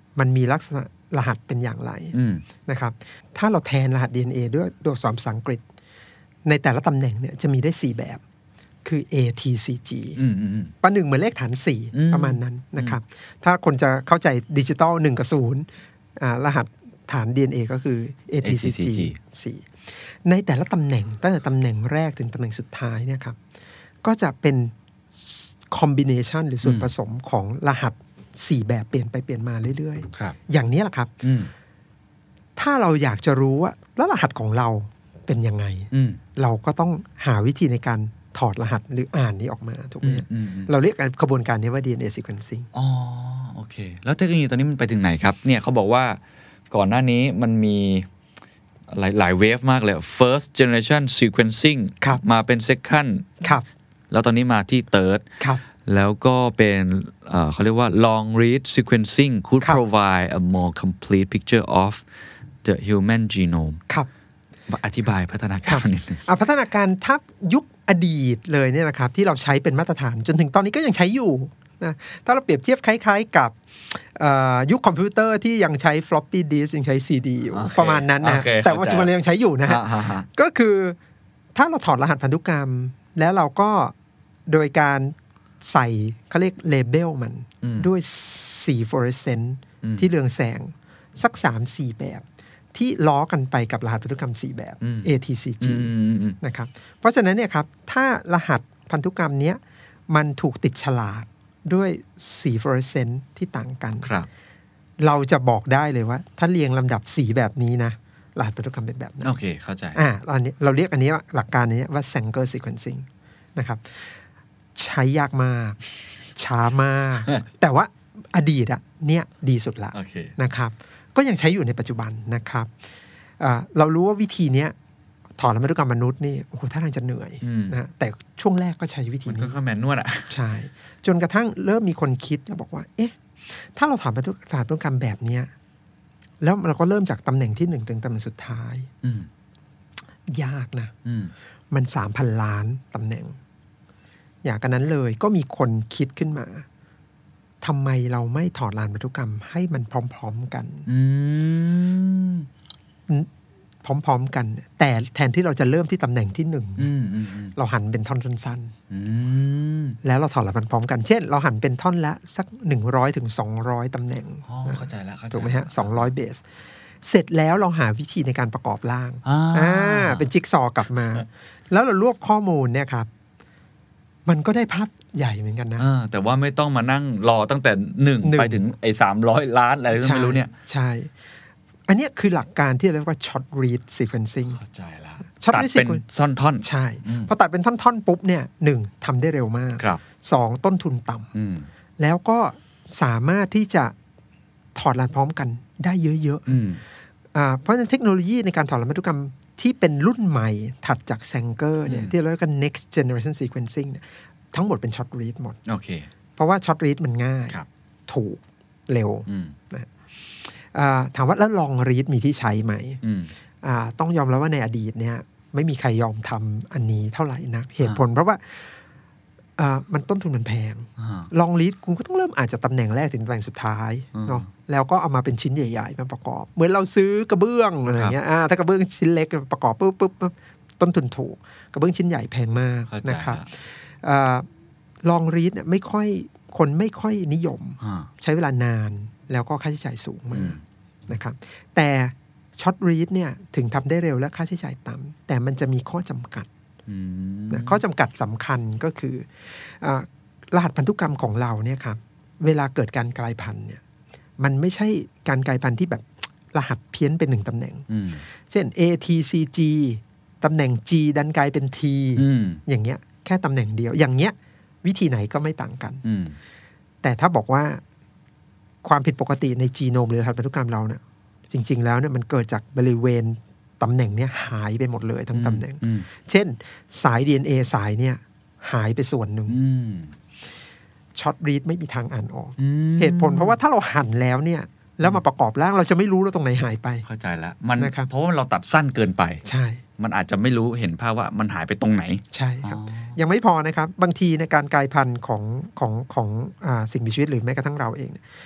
มันมีลักษณะรหัสเป็นอย่างไรนะครับถ้าเราแทนรหัส ดี เอ็น เอ ด้วยตัวอักษรภาษาอังกฤษในแต่ละตำแหน่งเนี่ยจะมีได้สี่แบบคือ A T C G ประหนึ่งเหมือนเลขฐานสี่ประมาณนั้นนะครับถ้าคนจะเข้าใจดิจิตอลหนึ่งกับศูนย์รหัสฐาน ดี เอ็น เอ ก็คือ A T C G สี่ในแต่ละตำแหน่งตั้งแต่ตำแหน่งแรกถึงตำแหน่งสุดท้ายเนี่ยครับก็จะเป็นคอมบิเนชันหรือส่วนผสมของรหัสสี่แบบเปลี่ยนไปเปลี่ยนมาเรื่อยๆอย่างนี้แหละครับถ้าเราอยากจะรู้ว่าแล้วรหัสของเราเป็นยังไงเราก็ต้องหาวิธีในการถอดรหัสหรืออ่านนี้ออกมาถูกไหมเราเรียกกระบวนการนี้ว่า ดี เอ็น เอ sequencing อ๋อโอเคแล้วเทคโนโลยีตอนนี้มันไปถึงไหนครับเนี่ยเขาบอกว่าก่อนหน้านี้มันมีหลายหลายเวฟมากเลย first generation sequencing มาเป็น second ครับแล้วตอนนี้มาที่ third ครับแล้วก็เป็นเอ่อเขาเรียกว่า long read sequencing could provide a more complete picture of the human genome ครับอธิบายพัฒนาการนิดนึงพัฒนาการทับยุคอดีตเลยเนี่ยนะครับที่เราใช้เป็นมาตรฐานจนถึงตอนนี้ก็ยังใช้อยู่นะถ้าเราเปรียบเทียบคล้ายๆกับยุคคอมพิวเตอร์ที่ยังใช้ floppy disk ยังใช้ ซี ดี อยู่ okay. ประมาณนั้นนะ okay. แต่ว่าปัจจุบันเรายังใช้อยู่นะฮะ ก็คือถ้าเราถอดรหัสพันธุกรรมแล้วเราก็โดยการใส่เขาเรียกเลเบลมันด้วยสีฟลูออเรสเซนต์ที่เรืองแสงสัก สามสี่ แบบที่ล้อกันไปกับรหัสพันธุกรรมสี่แบบ A T C G นะครับเพราะฉะนั้นเนี่ยครับถ้ารหัสพันธุกรรมเนี้ยมันถูกติดฉลากด้วยสีฟลูออเรสเซนต์ที่ต่างกันเราจะบอกได้เลยว่าถ้าเรียงลำดับสีแบบนี้นะรหัสพันธุกรรมเป็นแบบนั้นโอเคเข้าใจอ่าเรานี้เราเรียกอันนี้หลักการนี้ว่า Sanger sequencing นะครับใช้ยากมากช้ามาก แต่ว่าอดีตอะเนี่ยดีสุดละ okay. นะครับก็ยังใช้อยู่ในปัจจุบันนะครับเรารู้ว่าวิธีนี้ถอดรหัสพันธุกรรมมนุษย์นี่โอ้โหท่าทางจะเหนื่อยนะแต่ช่วงแรกก็ใช้วิธีนี้มันก็แมนนวลอะใช่จนกระทั่งเริ่มมีคนคิดแล้วบอกว่าเอ๊ะถ้าเราถอดรหัสพันธุกรรมแบบนี้แล้วเราก็เริ่มจากตำแหน่งที่หนึ่งถึงตำแหน่งสุดท้ายยากนะมันสามพันล้านตำแหน่งอย่างกันนั้นเลยก็มีคนคิดขึ้นมาทำไมเราไม่ถอดรหัสพันธุกรรมให้มันพร้อมๆกันพร้อมๆกันแต่แทนที่เราจะเริ่มที่ตำแหน่งที่หนึ่งเราหันเป็นท่อนสั้นๆแล้วเราถอดรหัสพร้อมกันเช่นเราหันเป็นท่อนละสักหนึ่งร้อยถึงสองร้อยตำแหน่งเข้าใจแล้วถูกไหมฮะสองร้อยเบสเสร็จแล้วเราหาวิธีในการประกอบร่างอ่าเป็นจิ๊กซอว์กลับมาแล้วเรารวบข้อมูลเนี่ยครับมันก็ได้ภาพใหญ่เหมือนกันนะแต่ว่าไม่ต้องมานั่งรอตั้งแต่หนึ่งไปถึงไอ้สามร้อยล้านอะไรก็ไม่รู้เนี่ยใช่อันนี้คือหลักการที่เรียกว่า short read sequencing เข้าใจแล้ว short ตัดเป็นซ่อนท่อนใช่พอตัดเป็นท่อนๆปุ๊บเนี่ยหนึ่งทำได้เร็วมากสองต้นทุนต่ำแล้วก็สามารถที่จะถอดรหัสพร้อมกันได้เยอะๆเพราะฉะนั้นเทคโนโลยีในการถอดรหัสพันธุกรรมที่เป็นรุ่นใหม่ถัดจาก Sanger เนี่ยที่เรียกว่า next generation sequencing ทั้งหมดเป็น short read หมด okay. เพราะว่า short read มันง่ายถูกเร็วนะถามว่าแล้ว long read มีที่ใช้ไหมต้องยอมรับว่าในอดีตเนี่ยไม่มีใครยอมทำอันนี้เท่าไหร่นักเหตุผลเพราะว่ามันต้นทุนมันแพง long read คุณก็ต้องเริ่มอาจจะตำแหน่งแรกถึงตำแหน่งสุดท้ายเนาะแล้วก็เอามาเป็นชิ้นใหญ่ๆมาประกอบเหมือนเราซื้อกระเบื้องอะไรเงี้ยถ้ากระเบื้องชิ้นเล็กประกอบปุ๊บปุ๊บต้นทุนถูกกระเบื้องชิ้นใหญ่แพงมากนะครับลองรีดเนี่ยไม่ค่อยคนไม่ค่อยนิยมใช้เวลานานแล้วก็ค่าใช้จ่ายสูงมากนะครับแต่ช็อตรีดเนี่ยถึงทำได้เร็วและค่าใช้จ่ายต่ำแต่มันจะมีข้อจำกัดนะข้อจำกัดสำคัญก็คือรหัสพันธุกรรมของเราเนี่ยครับเวลาเกิดการกลายพันธุ์เนี่ยมันไม่ใช่การกลายพันธุ์ที่แบบรหัสเพี้ยนเป็นหนึ่งตำแหน่งเช่น A T C G ตำแหน่ง G ดันกลายเป็น T อย่างเงี้ยแค่ตำแหน่งเดียวอย่างเงี้ยวิธีไหนก็ไม่ต่างกันแต่ถ้าบอกว่าความผิดปกติในจีโนมหรือรหัสพันธุกรรมเราเนี่ยจริงๆแล้วเนี่ยมันเกิดจากบริเวณตำแหน่งเนี้ยหายไปหมดเลยทั้งตำแหน่งเช่นสาย ดี เอ็น เอ สายเนี่ยหายไปส่วนหนึ่งช็อตรีดไม่มีทางอ่านออกเหตุผลเพราะว่าถ้าเราหั่นแล้วเนี่ยแล้วมาประกอบร่างเราจะไม่รู้ว่าตรงไหนหายไปเข้าใจแล้วมันเพราะว่าเราตัดสั้นเกินไปใช่มันอาจจะไม่รู้เห็นภาพว่ามันหายไปตรงไหนใช่ครับยังไม่พอนะครับบางทีในการกลายพันธุ์ของของของอ่าสิ่งมีชีวิตหรือแม้กระทั่งเราเอง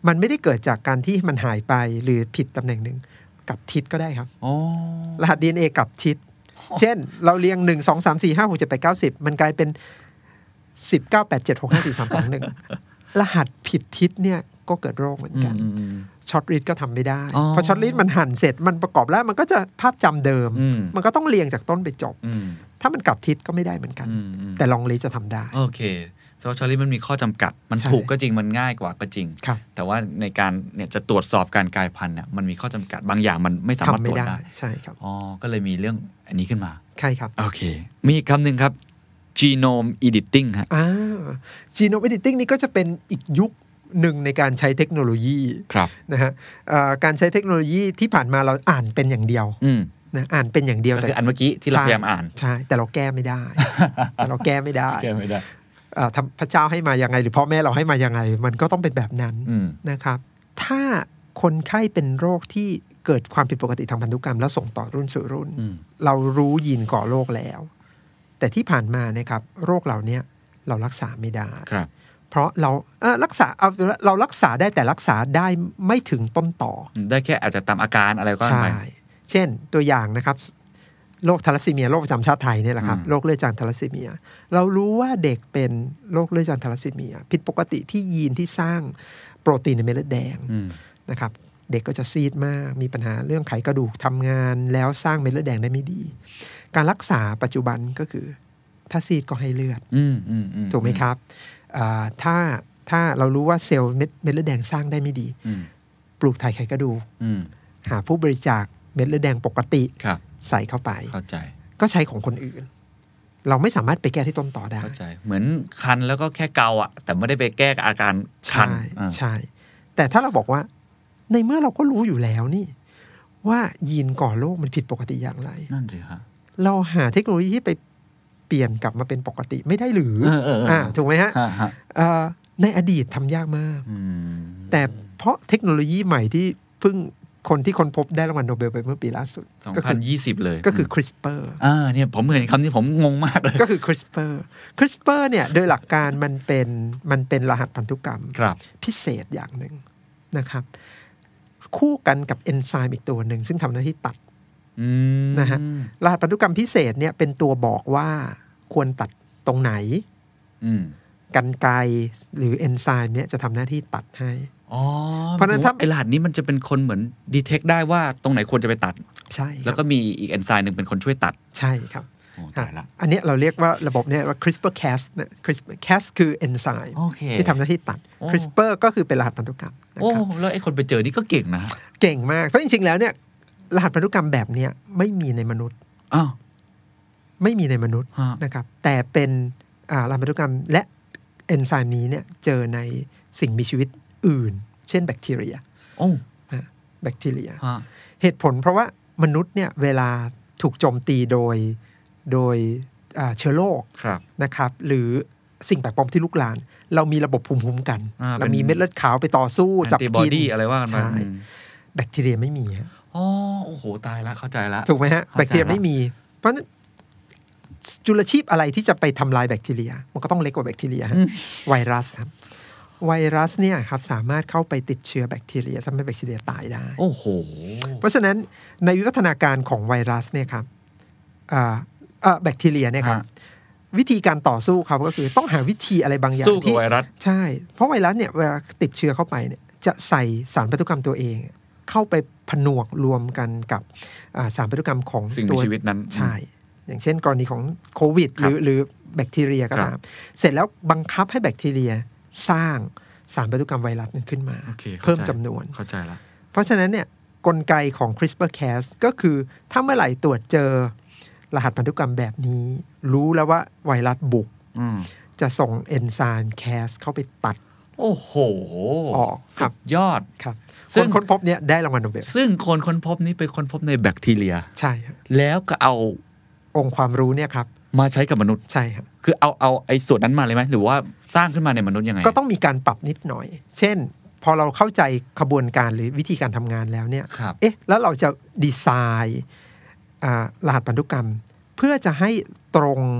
มันไม่ได้เกิดจากการที่มันหายไปหรือผิดตำแหน่งหนึ่งกลับทิศก็ได้ครับรหัส ดี เอ็น เอ กลับทิศเช่นเราเรียงหนึ่ง สอง สาม สี่ ห้า หก เจ็ด แปด เก้า สิบมันกลายเป็นสิบ เก้า แปด เจ็ด หก ห้า สี่ สาม สอง หนึ่งรหัสผิดทิศเนี่ยก็เกิดโรคเหมือนกันช็อตรีดก็ทำไม่ได้เพราะช็อตรีดมันหั่นเสร็จมันประกอบแล้วมันก็จะภาพจำเดิมมันก็ต้องเรียงจากต้นไปจบถ้ามันกลับทิศก็ไม่ได้เหมือนกันแต่ลองรีดจะทำได้โอเคเพราะช็อตรีดมันมีข้อจำกัดมันถูกก็จริงมันง่ายกว่าก็จริงแต่ว่าในการเนี่ยจะตรวจสอบการกลายพันธุ์เนี่ยมันมีข้อจำกัดบางอย่างมันไม่สามารถตรวจได้ใช่ครับอ๋อก็เลยมีเรื่องอันนี้ขึ้นมาใช่ครับโอเคมีอีกคำหนึ่งครับ genome editing ฮะอ่า genome editing นี่ก็จะเป็นอีกยุคหนึ่งในการใช้เทคโนโลยีนะฮะการใช้เทคโนโลยีที่ผ่านมาเราอ่านเป็นอย่างเดียวนะอ่านเป็นอย่างเดียวแต่คืออันเมื่อกี้ที่เราพยายามอ่านใช่แต่เราแก้ไม่ได้แต่เราแก้ไม่ได้แก้ไม่ได้พระเจ้าให้มายังไงหรือพ่อแม่เราให้มายังไงมันก็ต้องเป็นแบบนั้นนะครับถ้าคนไข้เป็นโรคที่เกิดความผิดปกติทางพันธุกรรมแล้วส่งต่อรุ่นสู่รุ่นเรารู้ยีนก่อโรคแล้วแต่ที่ผ่านมานะครับโรคเหล่านี้เรารักษาไม่ได้เพราะเราเออรักษาเอาเรารักษาได้แต่รักษาได้ไม่ถึงต้นต่อได้แค่อาจจะตามอาการอะไรก็ได้เช่นตัวอย่างนะครับโรคทาลัสซีเมียโรคประจำชาติไทยเนี่ยแหละครับโรคเลือดจางทาลัสซีเมียเรารู้ว่าเด็กเป็นโรคเลือดจางทาลัสซีเมียผิดปกติที่ยีนที่สร้างโปรตีนในเม็ดเลือดแดงนะครับเด็กก็จะซีดมากมีปัญหาเรื่องไขกระดูกทำงานแล้วสร้างเม็ดเลือดแดงได้ไม่ดีการรักษาปัจจุบันก็คือถ้าซีดก็ให้เลือดถูกไหมครับถ้าถ้าเรารู้ว่าเซลล์เม็ดเม็ดเลือดแดงสร้างได้ไม่ดีปลูกถ่ายไขกระดูกหาผู้บริจาคเม็ดเลือดแดงปกติใส่เข้าไปเข้าใจก็ใช้ของคนอื่นเราไม่สามารถไปแก้ที่ต้นต่อได้เข้าใจเหมือนคันแล้วก็แค่เกาอ่ะแต่ไม่ได้ไปแก้อาการคันใช่แต่ถ้าเราบอกว่าในเมื่อเราก็รู้อยู่แล้วนี่ว่ายีนก่อโรคมันผิดปกติอย่างไรนั่นสิฮะเราหาเทคโนโลยีที่ไปเปลี่ยนกลับมาเป็นปกติไม่ได้หรืออ่าถูกไหมฮะในอดีตทำยากมากแต่เพราะเทคโนโลยีใหม่ที่เพิ่งคนที่คนพบได้รางวัลโนเบลไปเมื่อปีล่าสุดสองพันยี่สิบเลยก็คือ CRISPR อ่าเนี่ยผมเห็นคำนี้ผมงงมากเลยก็คือ CRISPR CRISPR เนี่ยโดยหลักการมันเป็นมันเป็นรหัสพันธุกรรมพิเศษอย่างหนึ่งนะครับคู่กันกับเอนไซม์อีกตัวหนึ่งซึ่งทำหน้าที่ตัดนะฮะรหัสพันธุกรรมพิเศษเนี่ยเป็นตัวบอกว่าควรตัดตรงไหนกรรไกรหรือเอนไซม์เนี่ยจะทำหน้าที่ตัดให้เพราะฉะนั้นถ้าไอรหัสนี้มันจะเป็นคนเหมือนดีเทคได้ว่าตรงไหนควรจะไปตัดใช่แล้วก็มีอีกเอนไซม์หนึ่งเป็นคนช่วยตัดใช่ครับอันนี้เราเรียกว่าระบบเนี่ยว่า CRISPR Cas นะ CRISPR Cas คือเอนไซม์ที่ทำหน้าที่ตัด CRISPR ก็คือเป็นรหัสพันธุกรรมโอ้แล้วไอ้คนไปเจอนี่ก็เก่งนะเก่งมากเพราะจริงๆแล้วเนี่ยรหัสพันธุกรรมแบบนี้ไม่มีในมนุษย์อ้าวไม่มีในมนุษย์นะครับแต่เป็นรหัสพันธุกรรมและเอนไซม์นี้เนี่ยเจอในสิ่งมีชีวิตอื่นเช่นแบคทีเรียโอ้แบคทีเรียเหตุผลเพราะว่ามนุษย์เนี่ยเวลาถูกโจมตีโดยโดยเชื้อโรคนะครับหรือสิ่งแปลกปลอมที่ลุกลามเรามีระบบภูมิคุ้มกันเรามีเม็ดเลือดขาวไปต่อสู้จับกินอะไรว่ากันมาแบคทีเรียไม่มีฮะอ๋อโอ้โหตายแล้วเข้าใจแล้วถูกไหมฮะแบคทีเรียไม่มีเพราะจุลชีพอะไรที่จะไปทำลายแบคทีเรียมันก็ต้องเล็กกว่าแบคทีเรียฮะไวรัสครับไวรัสเนี่ยครับสามารถเข้าไปติดเชื้อแบคทีเรียทำให้แบคทีเรียตายได้โอ้โหเพราะฉะนั้นในวิวัฒนาการของไวรัสเนี่ยครับแบคทีเรียเนี่ยครับวิธีการต่อสู้เขาก็คือต้องหาวิธีอะไรบางอย่างที่ไวรัสใช่เพราะไวรัสเนี่ยเวลาติดเชื้อเข้าไปเนี่ยจะใส่สารพันธุกรรมตัวเองเข้าไปผนวกรวมกันกับสารพันธุกรรมของสิ่งมีชีวิตนั้นใช่อย่างเช่นกรณีของโควิดหรือหรือแบคทีเรียก็ตามเสร็จแล้วบังคับให้แบคทีเรียสร้างสารพันธุกรรมไวรัสนั้นขึ้นมา okay, เพิ่มจำนวนเข้าใจแล้วเพราะฉะนั้นเนี่ยกลไกของ CRISPR Cas ก็คือถ้าเมื่อไหร่ตรวจเจอรหัสพันธุกรรมแบบนี้รู้แล้วว่าไวรัสบุกจะส่งเอนไซม์ Cas เข้าไปตัดโอ้โหออกสุดยอดครับซึ่งค้นพบเนี่ยได้รางวัลโนเบลซึ่งคนค้นพบนี้ไปค้นพบในแบคทีเรียใช่แล้วก็เอาองค์ความรู้เนี่ยครับมาใช้กับมนุษย์ใช่ครับคือเอาเอาไอ้ส่วนนั้นมาเลยไหมหรือว่าสร้างขึ้นมาในมนุษย์ยังไงก็ต้องมีการปรับนิดหน่อยเช่นพอเราเข้าใจขบวนการหรือวิธีการทำงานแล้วเนี่ยเอ๊ะแล้วเราจะดีไซน์รหัสพันธุกรรมเพื่อจะให้ตรง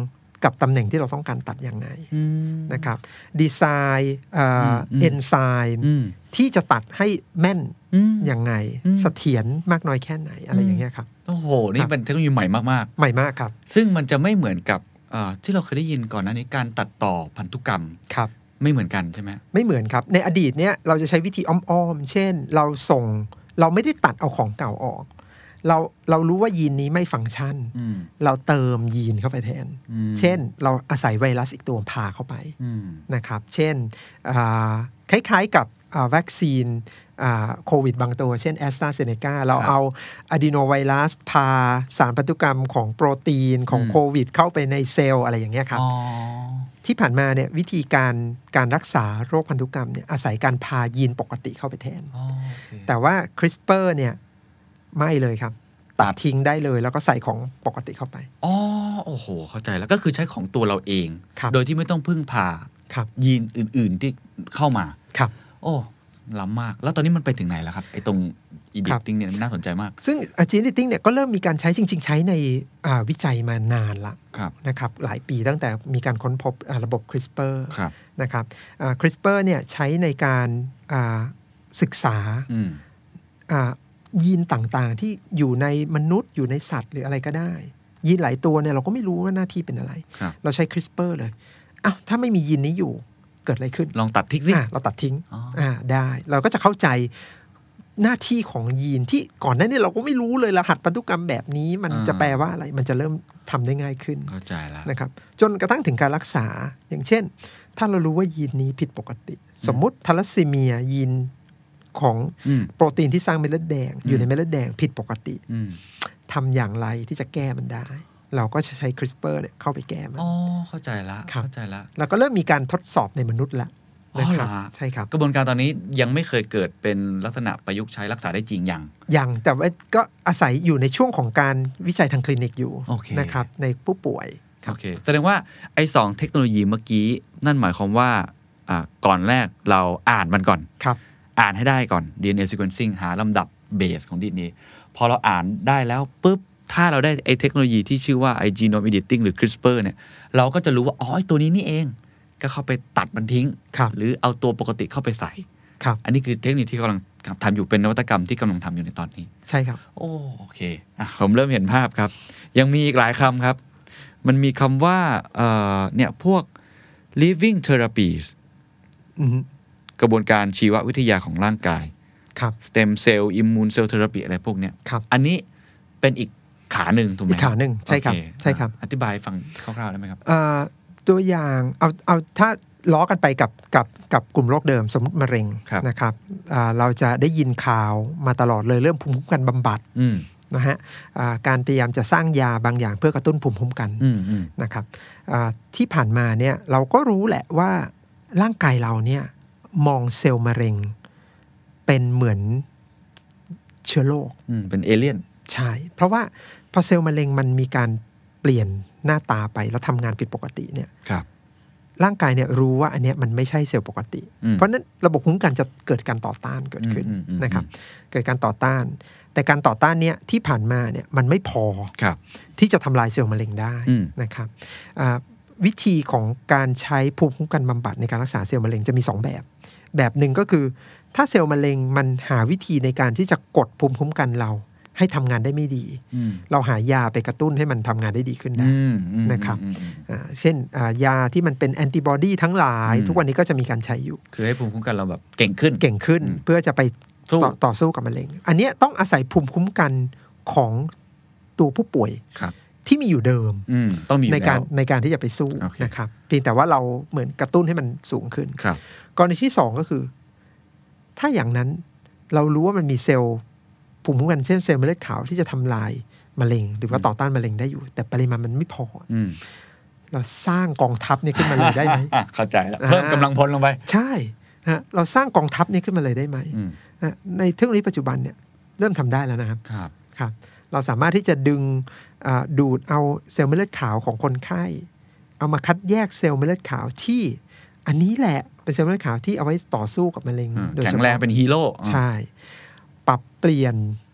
กับตำแหน่งที่เราต้องการตัดยังไงนะครับดีไซน์เอนไซม์ที่จะตัดให้แม่นยังไงเสถียรมากน้อยแค่ไหนอะไรอย่างเงี้ยครับโอ้โหนี่เป็นเทคโนโลยีใหม่มากๆใหม่มากครับซึ่งมันจะไม่เหมือนกับที่เราเคยได้ยินก่อนหน้านี้การตัดต่อพันธุกรรมครับไม่เหมือนกันใช่ไหมไม่เหมือนครับในอดีตเนี้ยเราจะใช้วิธีอ้อมๆเช่นเราส่งเราไม่ได้ตัดเอาของเก่าออกเราเรารู้ว่ายีนนี้ไม่ฟังก์ชันเราเติมยีนเข้าไปแทนเช่นเราอาศัยไวรัสอีกตัวพาเข้าไปนะครับเช่นคล้ายๆกับวัคซีนโควิดบางตัวเช่นแอสตราเซเนกาเราเอาอะดีโนไวรัสพาสารพันธุกรรมของโปรตีนของโควิดเข้าไปในเซลล์อะไรอย่างเงี้ยครับที่ผ่านมาเนี่ยวิธีการการรักษาโรคพันธุกรรมเนี่ยอาศัยการพายีนปกติเข้าไปแทน okay. แต่ว่า CRISPR เนี่ยไม่เลยครับตัดทิ้งได้เลยแล้วก็ใส่ของปกติเข้าไปอ๋อโอ้โหเข้าใจแล้วก็คือใช้ของตัวเราเองโดยที่ไม่ต้องพึ่งพายีนอื่นๆที่เข้ามาครับโอ้ล้ำมากแล้วตอนนี้มันไปถึงไหนแล้วครับไอ้ตรงediting เนี่ยน่าสนใจมากซึ่ง gene editing เนี่ยก็เริ่มมีการใช้จริงๆใช้ในวิจัยมานานละนะครับหลายปีตั้งแต่มีการค้นพบระบบ CRISPR นะครับ CRISPR เนี่ยใช้ในการศึกษายีนต่างๆที่อยู่ในมนุษย์อยู่ในสัตว์หรืออะไรก็ได้ยีนหลายตัวเนี่ยเราก็ไม่รู้ว่าหน้าที่เป็นอะไรเราใช้ CRISPR เลยอ้าวถ้าไม่มียีนนี้อยู่เกิดอะไรขึ้นลองตัดทิ้งสิเราตัดทิ้งอ่าได้เราก็จะเข้าใจหน้าที่ของยีนที่ก่อนหน้านี้เราก็ไม่รู้เลยรหัสพันธุกรรมแบบนี้มันจะแปลว่าอะไรมันจะเริ่มทำได้ง่ายขึ้นเข้าใจแล้วนะครับจนกระทั่งถึงการรักษาอย่างเช่นถ้าเรารู้ว่ายีนนี้ผิดปกติสมมุติทาลัสซีเมียยีนของโปรตีนที่สร้างเม็ดเลือดแดงอยู่ในเม็ดเลือดแดงผิดปกติทำอย่างไรที่จะแก้มันได้เราก็จะใช้ CRISPR เนี่ยเข้าไปแก้มันอ๋อเข้าใจละเข้าใจละแล้วก็เริ่มมีการทดสอบในมนุษย์ละนะครับใช่ครับกระบวนการตอนนี้ยังไม่เคยเกิดเป็นลักษณะประยุกต์ใช้รักษาได้จริงยังยังแต่ว่าก็อาศัยอยู่ในช่วงของการวิจัยทางคลินิกอยู่ okay. นะครับในผู้ป่วยโอเคแสดงว่าไอ้สองเทคโนโลยีเมื่อกี้นั่นหมายความว่าอ่าก่อนแรกเราอ่านมันก่อนครับอ่านให้ได้ก่อน ดี เอ็น เอ sequencing หาลำดับเบสของ ดี เอ็น เอ พอเราอ่านได้แล้วปุ๊บถ้าเราได้ไอ้เทคโนโลยีที่ชื่อว่าไอ้ genome editing หรือ CRISPR เนี่ยเราก็จะรู้ว่าอ๋อไอ้ตัวนี้นี่เองก็เข้าไปตัดมันทิ้งหรือเอาตัวปกติเข้าไปใส่อันนี้คือเทคนิคที่กำลังทำอยู่เป็นนวัตกรรมที่กำลังทำอยู่ในตอนนี้ใช่ครับโอ้โอเคอ่ะผมเริ่มเห็นภาพครับยังมีอีกหลายคำครับมันมีคำว่าเอ่อเนี่ยพวก living therapies กระบวนการชีววิทยาของร่างกาย stem cell immune cell therapy อะไรพวกเนี้ยอันนี้เป็นอีกขาหนึ่งถูกไหมอีกขาหนึ่งใช่ครับใช่ครับอธิบายฟังคร่าวๆได้ไหมครับตัวอย่างเอาเอาถ้าล้อกันไปกับกับกับกลุ่มโรคเดิมสมมติมะเร็งนะครับเราจะได้ยินข่าวมาตลอดเลยเรื่องภูมิคุ้มกันบำบัดนะฮะการพยายามจะสร้างยาบางอย่างเพื่อกระตุ้นภูมิคุ้มกันนะครับที่ผ่านมาเนี่ยเราก็รู้แหละว่าร่างกายเราเนี่ยมองเซลล์มะเร็งเป็นเหมือนเชื้อโรคเป็นเอเลี่ยนใช่เพราะว่าพอเซลล์มะเร็งมันมีการเปลี่ยนหน้าตาไปแล้วทำงานผิดปกติเนี่ยร่างกายเนี่ยรู้ว่าอันเนี้ยมันไม่ใช่เซลล์ปกติเพราะนั้นระบบภูมิคุ้มกันจะเกิดการต่อต้านเกิดขึ้นนะครับเกิดการต่อต้านแต่การต่อต้านเนี้ยที่ผ่านมาเนี่ยมันไม่พอที่จะทำลายเซลล์มะเร็งได้นะครับวิธีของการใช้ภูมิคุ้มกันบำบัดในการรักษาเซลล์มะเร็งจะมีสองแบบแบบหนึ่งก็คือถ้าเซลล์มะเร็งมันหาวิธีในการที่จะกดภูมิคุ้มกันเราให้ทำงานได้ไม่ดีเราหายาไปกระตุ้นให้มันทำงานได้ดีขึ้นได้นะครับเช่นยาที่มันเป็นแอนติบอดีทั้งหลายทุกวันนี้ก็จะมีการใช้อยู่คือให้ภูมิคุ้มกันเราแบบเก่งขึ้นเก่งขึ้นเพื่อจะไปต่อ, ต่อสู้กับมะเร็งอันนี้ต้องอาศัยภูมิคุ้มกันของตัวผู้ป่วยที่มีอยู่เดิมต้องมีในการในการที่จะไปสู้ okay. นะครับเพียงแต่ว่าเราเหมือนกระตุ้นให้มันสูงขึ้นกรณีที่สองก็คือถ้าอย่างนั้นเรารู้ว่ามันมีเซลล์ภูมิคุ้มกันเช่นเซลล์เม็ดเลือดขาวที่จะทำลายมะเร็งหรือว่าต่อต้านมะเร็งได้อยู่แต่ปริมาณมันไม่พอเราสร้างกองทัพนี้ขึ้นมาเลยได้ไหมเข้าใจแล้วเพิ่มกำลังพลลงไปใช่ฮะเราสร้างกองทัพนี้ขึ้นมาเลยได้ไหมในเทคโนโลยีปัจจุบันเนี่ยเริ่มทำได้แล้วนะครับครับเราสามารถที่จะดึงดูดเอาเซลล์เม็ดเลือดขาวของคนไข้เอามาคัดแยกเซลล์เม็ดเลือดขาวที่อันนี้แหละเป็นเซลล์เม็ดเลือดขาวที่เอาไว้ต่อสู้กับมะเร็งแข็งแรงเป็นฮีโร่ใช่ปรับเปลี่ยน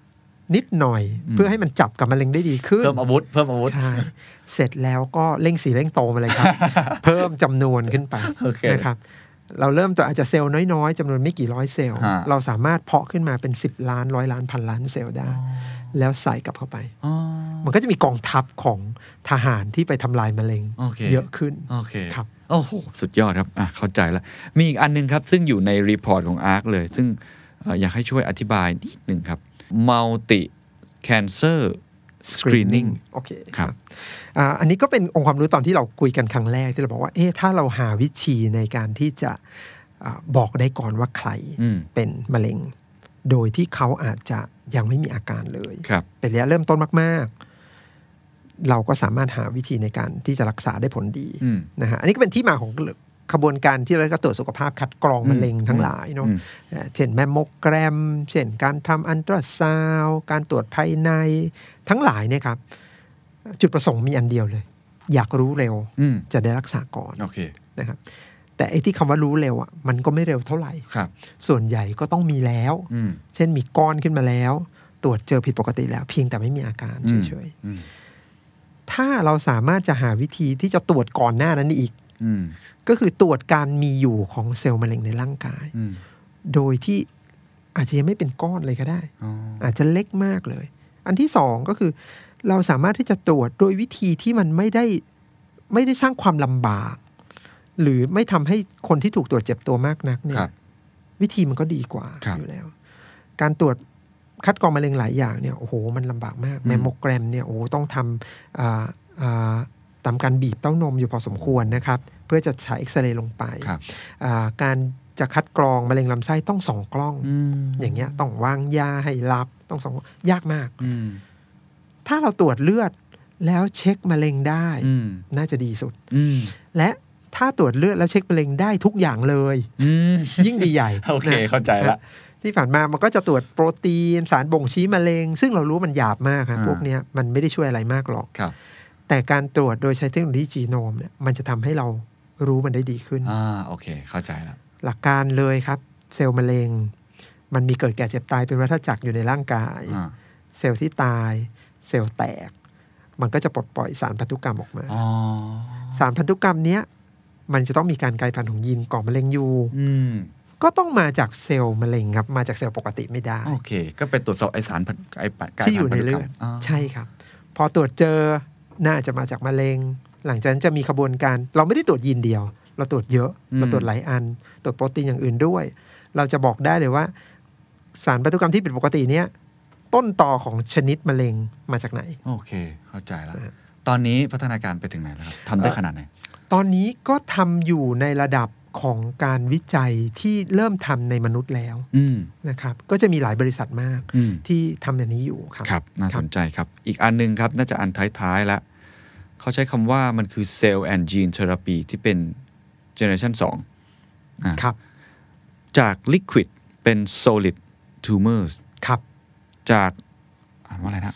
นิดหน่อยเพื่อให้มันจับกับมะเร็งได้ดีขึ้นเพิ่มอาวุธเพิ่มอาวุธใช่เสร็จแล้วก็เร่งสีเร่งโตมาเลยครับ เพิ่มจำนวนขึ้นไป okay. นะครับเราเริ่มจากอาจจะเซลล์น้อยๆจำนวนไม่กี่ร้อยเซลล์เราสามารถเพาะขึ้นมาเป็นสิบล้านร้อยล้านพันล้านเซลล์ได้แล้วใส่กลับเข้าไปมันก็จะมีกองทัพของทหารที่ไปทำลายมะเร็ง okay. เยอะขึ้น okay. ครับโอ้โหสุดยอดครับอ่ะเข้าใจแล้วมีอีกอันนึงครับซึ่งอยู่ในรีพอร์ตของ อาร์ค เลยซึ่งอยากให้ช่วยอธิบายนิดนึงครับ Multi Cancer Screening โอเคครับอ่าอันนี้ก็เป็นองค์ความรู้ตอนที่เราคุยกันครั้งแรกที่เราบอกว่าเอ๊ะถ้าเราหาวิธีในการที่จะบอกได้ก่อนว่าใครเป็นมะเร็งโดยที่เขาอาจจะยังไม่มีอาการเลยเป็นระยะเริ่มต้นมากๆเราก็สามารถหาวิธีในการที่จะรักษาได้ผลดีนะฮะอันนี้ก็เป็นที่มาของขบวนการที่เราก็ตรวจสุขภาพคัดกรองมะเร็งทั้งหลายเนาะเช่นแมมโมแกรมเช่นการทำอัลตราซาวด์การตรวจภายในทั้งหลายเนี่ยครับจุดประสงค์มีอันเดียวเลยอยากรู้เร็วจะได้รักษาก่อนนะครับแต่ไอ้ที่คำว่ารู้เร็วอ่ะมันก็ไม่เร็วเท่าไหร่ส่วนใหญ่ก็ต้องมีแล้วเช่นมีก้อนขึ้นมาแล้วตรวจเจอผิดปกติแล้วเพียงแต่ไม่มีอาการเฉยๆถ้าเราสามารถจะหาวิธีที่จะตรวจก่อนหน้านั้นอีกก็คือตรวจการมีอยู่ของเซลล์มะเร็งในร่างกายโดยที่อาจจะยังไม่เป็นก้อนเลยก็ได้ อ, อาจจะเล็กมากเลยอันที่สองก็คือเราสามารถที่จะตรวจโดยวิธีที่มันไม่ได้ไม่ได้สร้างความลำบากหรือไม่ทำให้คนที่ถูกตรวจเจ็บตัวมากนักเนี่ยวิธีมันก็ดีกว่าอยู่แล้วการตรวจคัดกรองมะเร็งหลายอย่างเนี่ยโอ้โหมันลำบากมากแมมโมแกรมเนี่ยโอ้ต้องทำตามการบีบเต้านมอยู่พอสมควรนะครับเพื่อจะฉายเอ็กซเรย์ลงไปการจะคัดกรองมะเร็งลำไส้ต้องสองกล้อง อ, อย่างเงี้ยต้องวางยาให้รับต้องสองยากมากถ้าเราตรวจเลือดแล้วเช็คมะเร็งได้น่าจะดีสุดและถ้าตรวจเลือดแล้วเช็คมะเร็งได้ทุกอย่างเลยยิ่งดีใหญ่โอเคเข้าใจละที่ผ่านมามันก็จะตรวจโปรตีนสารบ่งชี้มะเร็งซึ่งเรารู้มันหยาบมากครับพวกเนี้ยมันไม่ได้ช่วยอะไรมากหรอกแต่การตรวจโดยใช้เทคโนโลยีจีโนมเนี่ยมันจะทำให้เรารู้มันได้ดีขึ้นอ่าโอเคเข้าใจแล้วหลักการเลยครับเซลล์มะเร็งมันมีเกิดแก่เจ็บตายเป็นวัฏจักรอยู่ในร่างกายเซลล์ที่ตายเซลล์แตกมันก็จะปลดปล่อยสารพันธุกรรมออกมาสารพันธุกรรมเนี้ยมันจะต้องมีการกลายพันธุ์ของยีนก่อมะเร็งอยู่ก็ต้องมาจากเซลล์มะเร็งครับมาจากเซลล์ปกติไม่ได้โอเคก็ไปตรวจสอบไอสารไอที่อยู่ในเลือดใช่ครับพอตรวจเจอน่าจะมาจากมะเร็งหลังจากนั้นจะมีขบวนการเราไม่ได้ตรวจยีนเดียวเราตรวจเยอะเราตรวจหลายอันตรวจโปรตีนอย่างอื่นด้วยเราจะบอกได้เลยว่าสารพันธุกรรมที่ผิดปกติเนี้ยต้นตอของชนิดมะเร็งมาจากไหนโอเคเข้าใจแล้วตอนนี้พัฒนาการไปถึงไหนแล้วครับทำได้ขนาดไหนตอนนี้ก็ทำอยู่ในระดับของการวิจัยที่เริ่มทำในมนุษย์แล้วนะครับก็จะมีหลายบริษัทมากที่ทำอย่างนี้อยู่ครับครับน่าสนใจครับอีกอันนึงครับน่าจะอันท้ายๆแล้วเขาใช้คำว่ามันคือ Cell and Gene Therapy ที่เป็น Generation สองครับจาก Liquid เป็น Solid Tumors ครับจากอ่านว่าอะไรนะ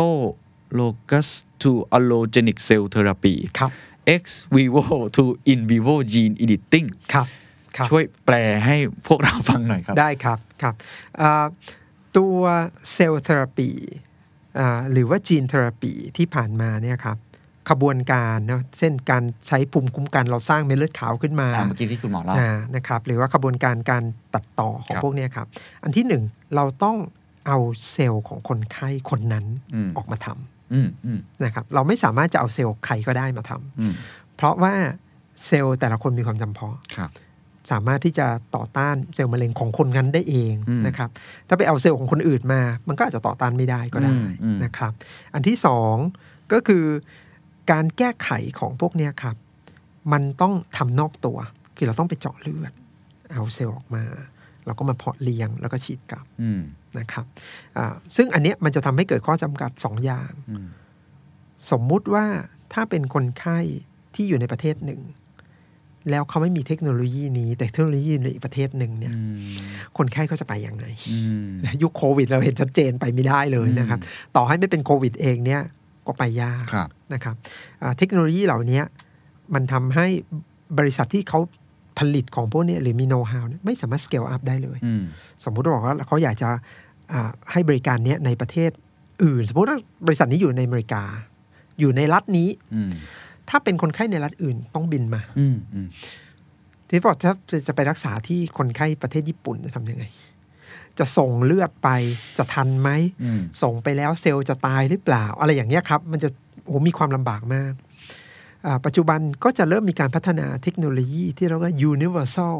Autologous to Allogenic Cell Therapy ครับ ex vivo to in vivo gene editing ครับช่วยแปลให้พวกเราฟังหน่อยครับได้ครับครับตัวเซลล์เทอราปีหรือว่าจีนเทอราปีที่ผ่านมาเนี่ยครับขบวนการเนาะเช่นการใช้ภูมิคุ้มกันเราสร้างเม็ดเลือดขาวขึ้นมาเมื่อกี้ที่คุณหมอเล่านะครับหรือว่าขบวนการการตัดต่อของพวกนี้ครับอันที่หนึ่งเราต้องเอาเซลล์ของคนไข้คนนั้นออกมาทำนะครับเราไม่สามารถจะเอาเซลล์ใครก็ได้มาทำเพราะว่าเซลล์แต่ละคนมีความจำเพาะสามารถที่จะต่อต้านเซลล์มะเร็งของคนนั้นได้เองนะครับถ้าไปเอาเซลล์ของคนอื่นมามันก็อาจจะต่อต้านไม่ได้ก็ได้นะครับอันที่สองก็คือการแก้ไขของพวกนี้ครับมันต้องทำนอกตัวคือเราต้องไปเจาะเลือดเอาเซลล์ออกมาเราก็มาเพาะเลี้ยงแล้วก็ฉีดกลับนะครับซึ่งอันนี้มันจะทำให้เกิดข้อจำกัดสองอย่างสมมุติว่าถ้าเป็นคนไข้ที่อยู่ในประเทศหนึ่งแล้วเขาไม่มีเทคโนโลยีนี้แต่เทคโนโลยีในอีกประเทศหนึ่งเนี่ยคนไข้เขาจะไปยังไงยุคโควิดเราเห็นชัดเจนไปไม่ได้เลยนะครับต่อให้ไม่เป็นโควิดเองเนี่ยก็ไปยากนะครับเทคโนโลยีเหล่านี้มันทำให้บริษัทที่เขาผลิตของพวกนี้หรือมีโน้ตฮาวไม่สามารถสเกลอัพได้เลยสมมุติบอกว่าเขาอยากจะให้บริการนี้ในประเทศอื่นสมมติว่าบริษัทนี้อยู่ในอเมริกาอยู่ในรัฐนี้ถ้าเป็นคนไข้ในรัฐอื่นต้องบินมาทีนี้บอกจะจะไปรักษาที่คนไข้ประเทศญี่ปุ่นจะทำยังไงจะส่งเลือดไปจะทันไหมส่งไปแล้วเซลล์จะตายหรือเปล่าอะไรอย่างเงี้ยครับมันจะโอ้มีความลำบากมากปัจจุบันก็จะเริ่มมีการพัฒนาเทคโนโลยีที่เรียกว่า universal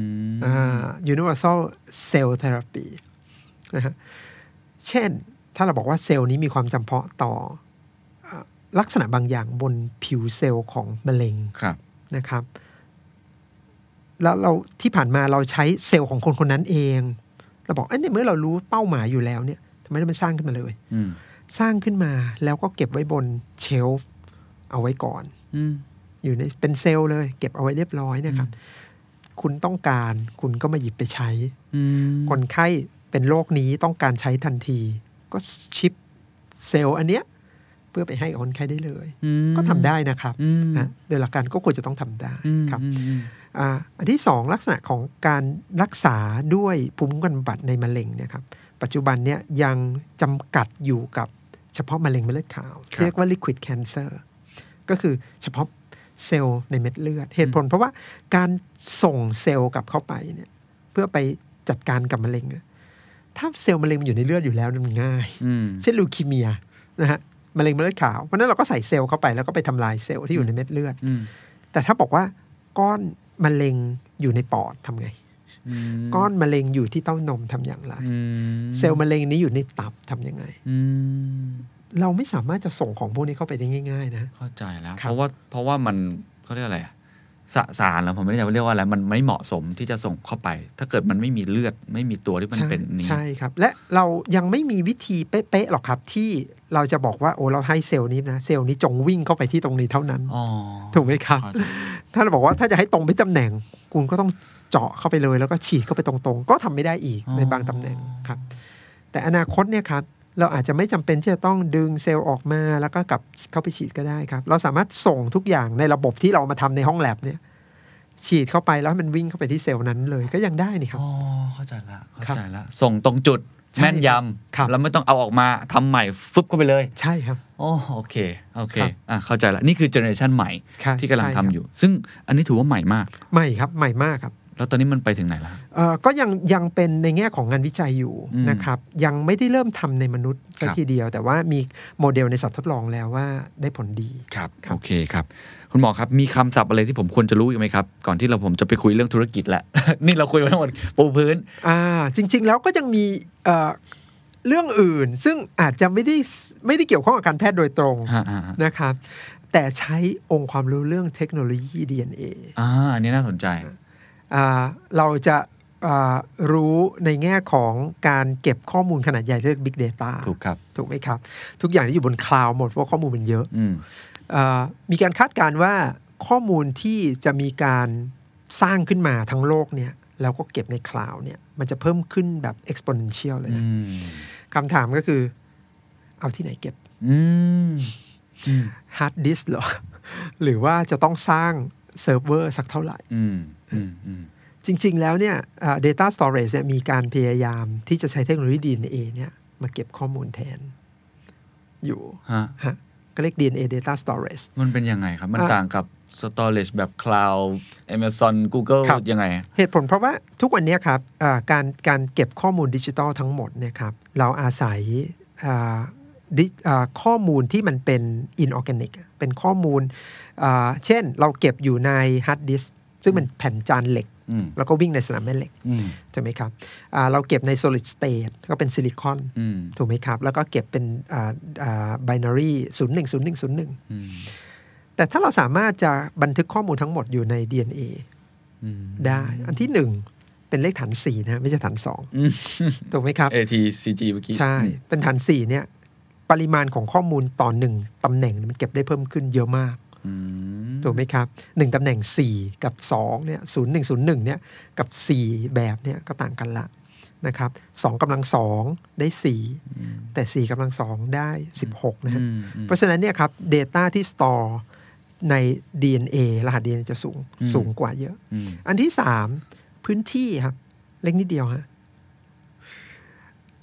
universal cell therapy นะฮะเช่นถ้าเราบอกว่าเซลล์นี้มีความจำเพาะต่อลักษณะบางอย่างบนผิวเซลล์ของมะเร็งนะครับแล้วเราที่ผ่านมาเราใช้เซลล์ของคนคนนั้นเองเราบอกเอ้ยในเมื่อเรารู้เป้าหมายอยู่แล้วเนี่ยทำไมไม่สร้างขึ้นมาเลยสร้างขึ้นมาแล้วก็เก็บไว้บนเชลฟ์เอาไว้ก่อนอยู่ในเป็นเซลล์เลยเก็บเอาไว้เรียบร้อยนะครับคุณต้องการคุณก็มาหยิบไปใช้คนไข้เป็นโรคนี้ต้องการใช้ทันทีก็ชิปเซลล์อันเนี้ยเพื่อไปให้คนไข้ได้เลยก็ทำได้นะครับโดยหลักการก็ควรจะต้องทำได้ครับอันที่สองลักษณะของการรักษาด้วยภูมิคุ้มกันบำบัดในมะเร็งเนี่ยครับปัจจุบันเนี่ยยังจำกัดอยู่กับเฉพาะมะเร็งเม็ดเลือดขาวเรียกว่า liquid cancer ก็คือเฉพาะเซลล์ในเม็ดเลือดเหตุผลเพราะว่าการส่งเซลล์กลับเข้าไปเนี่ยเพื่อไปจัดการกับมะเร็งถ้าเซลล์มะเร็งมันอยู่ในเลือดอยู่แล้วมันง่ายเช่นลูคีเมียนะฮะมะเร็งเม็ดเลือดขาวเพราะนั้นเราก็ใส่เซลล์เข้าไปแล้วก็ไปทำลายเซลล์ที่อยู่ในเม็ดเลือดแต่ถ้าบอกว่าก้อนมะเร็งอยู่ในปอดทำไงก้อนมะเร็งอยู่ที่เต้านมทำอย่างไรเซลล์มะเร็งนี้อยู่ในตับทำยังไงเราไม่สามารถจะส่งของพวกนี้เข้าไปได้ง่ายๆนะเข้าใจแล้วเพราะว่าเพราะว่ามันเขาเรียกอะไรสสารแล้วผมไม่แน่ใจว่าเรียกว่าอะไรมันไม่เหมาะสมที่จะส่งเข้าไปถ้าเกิดมันไม่มีเลือดไม่มีตัวที่มันเป็นนี้ใช่ครับและเรายังไม่มีวิธีเป๊ะๆหรอกครับที่เราจะบอกว่าโอ้เราให้เซลล์นี้นะเซลล์นี้จงวิ่งเข้าไปที่ตรงนี้เท่านั้นถูกไหมครับถ้าเราบอกว่าถ้าจะให้ตรงไปตำแหน่งคุณก็ต้องเจาะเข้าไปเลยแล้วก็ฉีดเข้าไปตรงๆก็ทำไม่ได้อีกในบางตำแหน่งครับแต่อนาคตเนี่ยครับเราอาจจะไม่จำเป็นที่จะต้องดึงเซลล์ออกมาแล้วก็กลับเข้าไปฉีดก็ได้ครับเราสามารถส่งทุกอย่างในระบบที่เรามาทำในห้องแลบเนี่ยฉีดเข้าไปแล้วมันวิ่งเข้าไปที่เซลล์นั้นเลยก็ยังได้นี่ครับอ๋อเข้าใจละเข้าใจละส่งตรงจุดแม่นยำแล้วไม่ต้องเอาออกมาทำใหม่ฟึบเข้าไปเลยใช่ครับโอ้โอเคโอเคอ่ะเข้าใจละนี่คือเจเนอเรชันใหม่ที่กำลังทำอยู่ซึ่งอันนี้ถือว่าใหม่มากใหม่ครับใหม่มากครับแล้วตอนนี้มันไปถึงไหนแล้วเอ่อก็ยังยังเป็นในแง่ของงานวิจัยอยู่นะครับยังไม่ได้เริ่มทำในมนุษย์สักทีเดียวแต่ว่ามีโมเดลในสัตว์ทดลองแล้วว่าได้ผลดีครับโอเคครับคุณหมอครับมีคำศัพท์อะไรที่ผมควรจะรู้อีกไหมครับก่อนที่เราผมจะไปคุยเรื่องธุรกิจแหละ นี่เราคุยมาทั้งหมดปูพื้นอ่าจริงๆแล้วก็ยังมีเอ่อเรื่องอื่นซึ่งอาจจะไม่ได้ไม่ได้เกี่ยวข้องกับการแพทย์โดยตรงนะครับแต่ใช้องค์ความรู้เรื่องเทคโนโลยี ดี เอ็น เออ่าอันนี้น่าสนใจเราจะรู้ในแง่ของการเก็บข้อมูลขนาดใหญ่เรียก Big Data ถูกครับถูกไหมครับทุกอย่างที่อยู่บนคลาวด์หมดเพราะข้อมูลมันเยอะมีการคาดการณ์ว่าข้อมูลที่จะมีการสร้างขึ้นมาทั้งโลกเนี่ยแล้วก็เก็บในคลาวด์เนี่ยมันจะเพิ่มขึ้นแบบ exponential เลยนะคำถามก็คือเอาที่ไหนเก็บฮาร์ดดิสก์เหรอหรือว่าจะต้องสร้างเซิร์ฟเวอร์สักเท่าไหร่จริงๆแล้วเนี่ย data storage เนี่ยมีการพยายามที่จะใช้เทคโนโลยี ดี เอ็น เอ เนี่ยมาเก็บข้อมูลแทนอยู่ฮะก็เรียก ดี เอ็น เอ data storage มันเป็นยังไงครับมันต่างกับ storage แบบ cloud Amazon Google ยังไงเหตุผลเพราะว่าทุกวันนี้ครับการการเก็บข้อมูลดิจิทัลทั้งหมดเนี่ยครับเราอาศัยข้อมูลที่มันเป็น inorganic เป็นข้อมูลเช่นเราเก็บอยู่ใน hard disk ซึ่งมันแผ่นจานเหล็กแล้วก็วิ่งในสนามแม่เหล็กใช่ไหมครับเราเก็บใน solid state ก็เป็นซิลิคอนถูกไหมครับแล้วก็เก็บเป็น binary ศูนย์ หนึ่ง ศูนย์ หนึ่ง ศูนย์ หนึ่งแต่ถ้าเราสามารถจะบันทึกข้อมูลทั้งหมดอยู่ใน ดี เอ็น เอ ได้อันที่หนึ่งเป็นเลขฐานสี่นะไม่ใช่ฐานสองถูกไหมครับเอ ที ซี จี เมื่อกี้ใช่เป็นฐานสี่เนี่ยปริมาณของข้อมูลต่อหนึ่งตำแหน่งมันเก็บได้เพิ่มขึ้นเยอะมากถูกไหมครับหนึ่งตำแหน่งสี่กับสองเนี่ยศูนย์หนึ่งศูนย์หนึ่งเนี่ยกับสี่แบบเนี่ยก็ต่างกันละนะครับสองกำลังสองได้สี่แต่สี่กำลังสองได้สิบหกนะฮะเพราะฉะนั้นเนี่ยครับ data ที่ store ใน ดี เอ็น เอ รหัส ดี เอ็น เอ จะสูงสูงกว่าเยอะอันที่สามพื้นที่ครับเล็กนิดเดียวฮะ